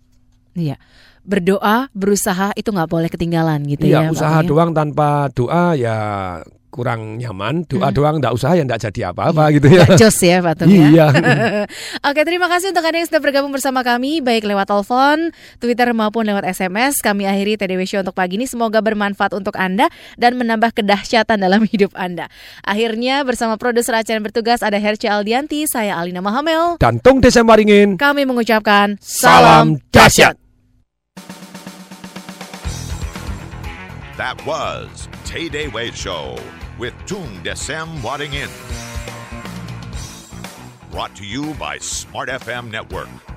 Speaker 2: Iya. Berdoa, berusaha itu nggak boleh ketinggalan gitu
Speaker 12: Iya,
Speaker 2: ya. Pak
Speaker 12: usaha
Speaker 2: Tung, ya.
Speaker 12: doang tanpa doa ya kurang nyaman. Doa
Speaker 2: Hmm.
Speaker 12: doang enggak usaha ya enggak jadi apa-apa gitu ya.
Speaker 2: Nggak jos ya Pak Tung ya.
Speaker 12: Iya.
Speaker 2: Oke, terima kasih untuk Anda yang sudah bergabung bersama kami baik lewat telepon, Twitter maupun lewat S M S. Kami akhiri T D W Show untuk pagi ini. Semoga bermanfaat untuk Anda dan menambah kedahsyatan dalam hidup Anda. Akhirnya bersama produser acara yang bertugas ada Herce Aldianti, saya Alina Mahamel.
Speaker 12: Dan Tung Desem Waringin.
Speaker 2: Kami mengucapkan
Speaker 12: Salam dahsyat.
Speaker 1: That was Tay Day Way Show with Tung Desem Wadding In. Brought to you by Smart F M Network.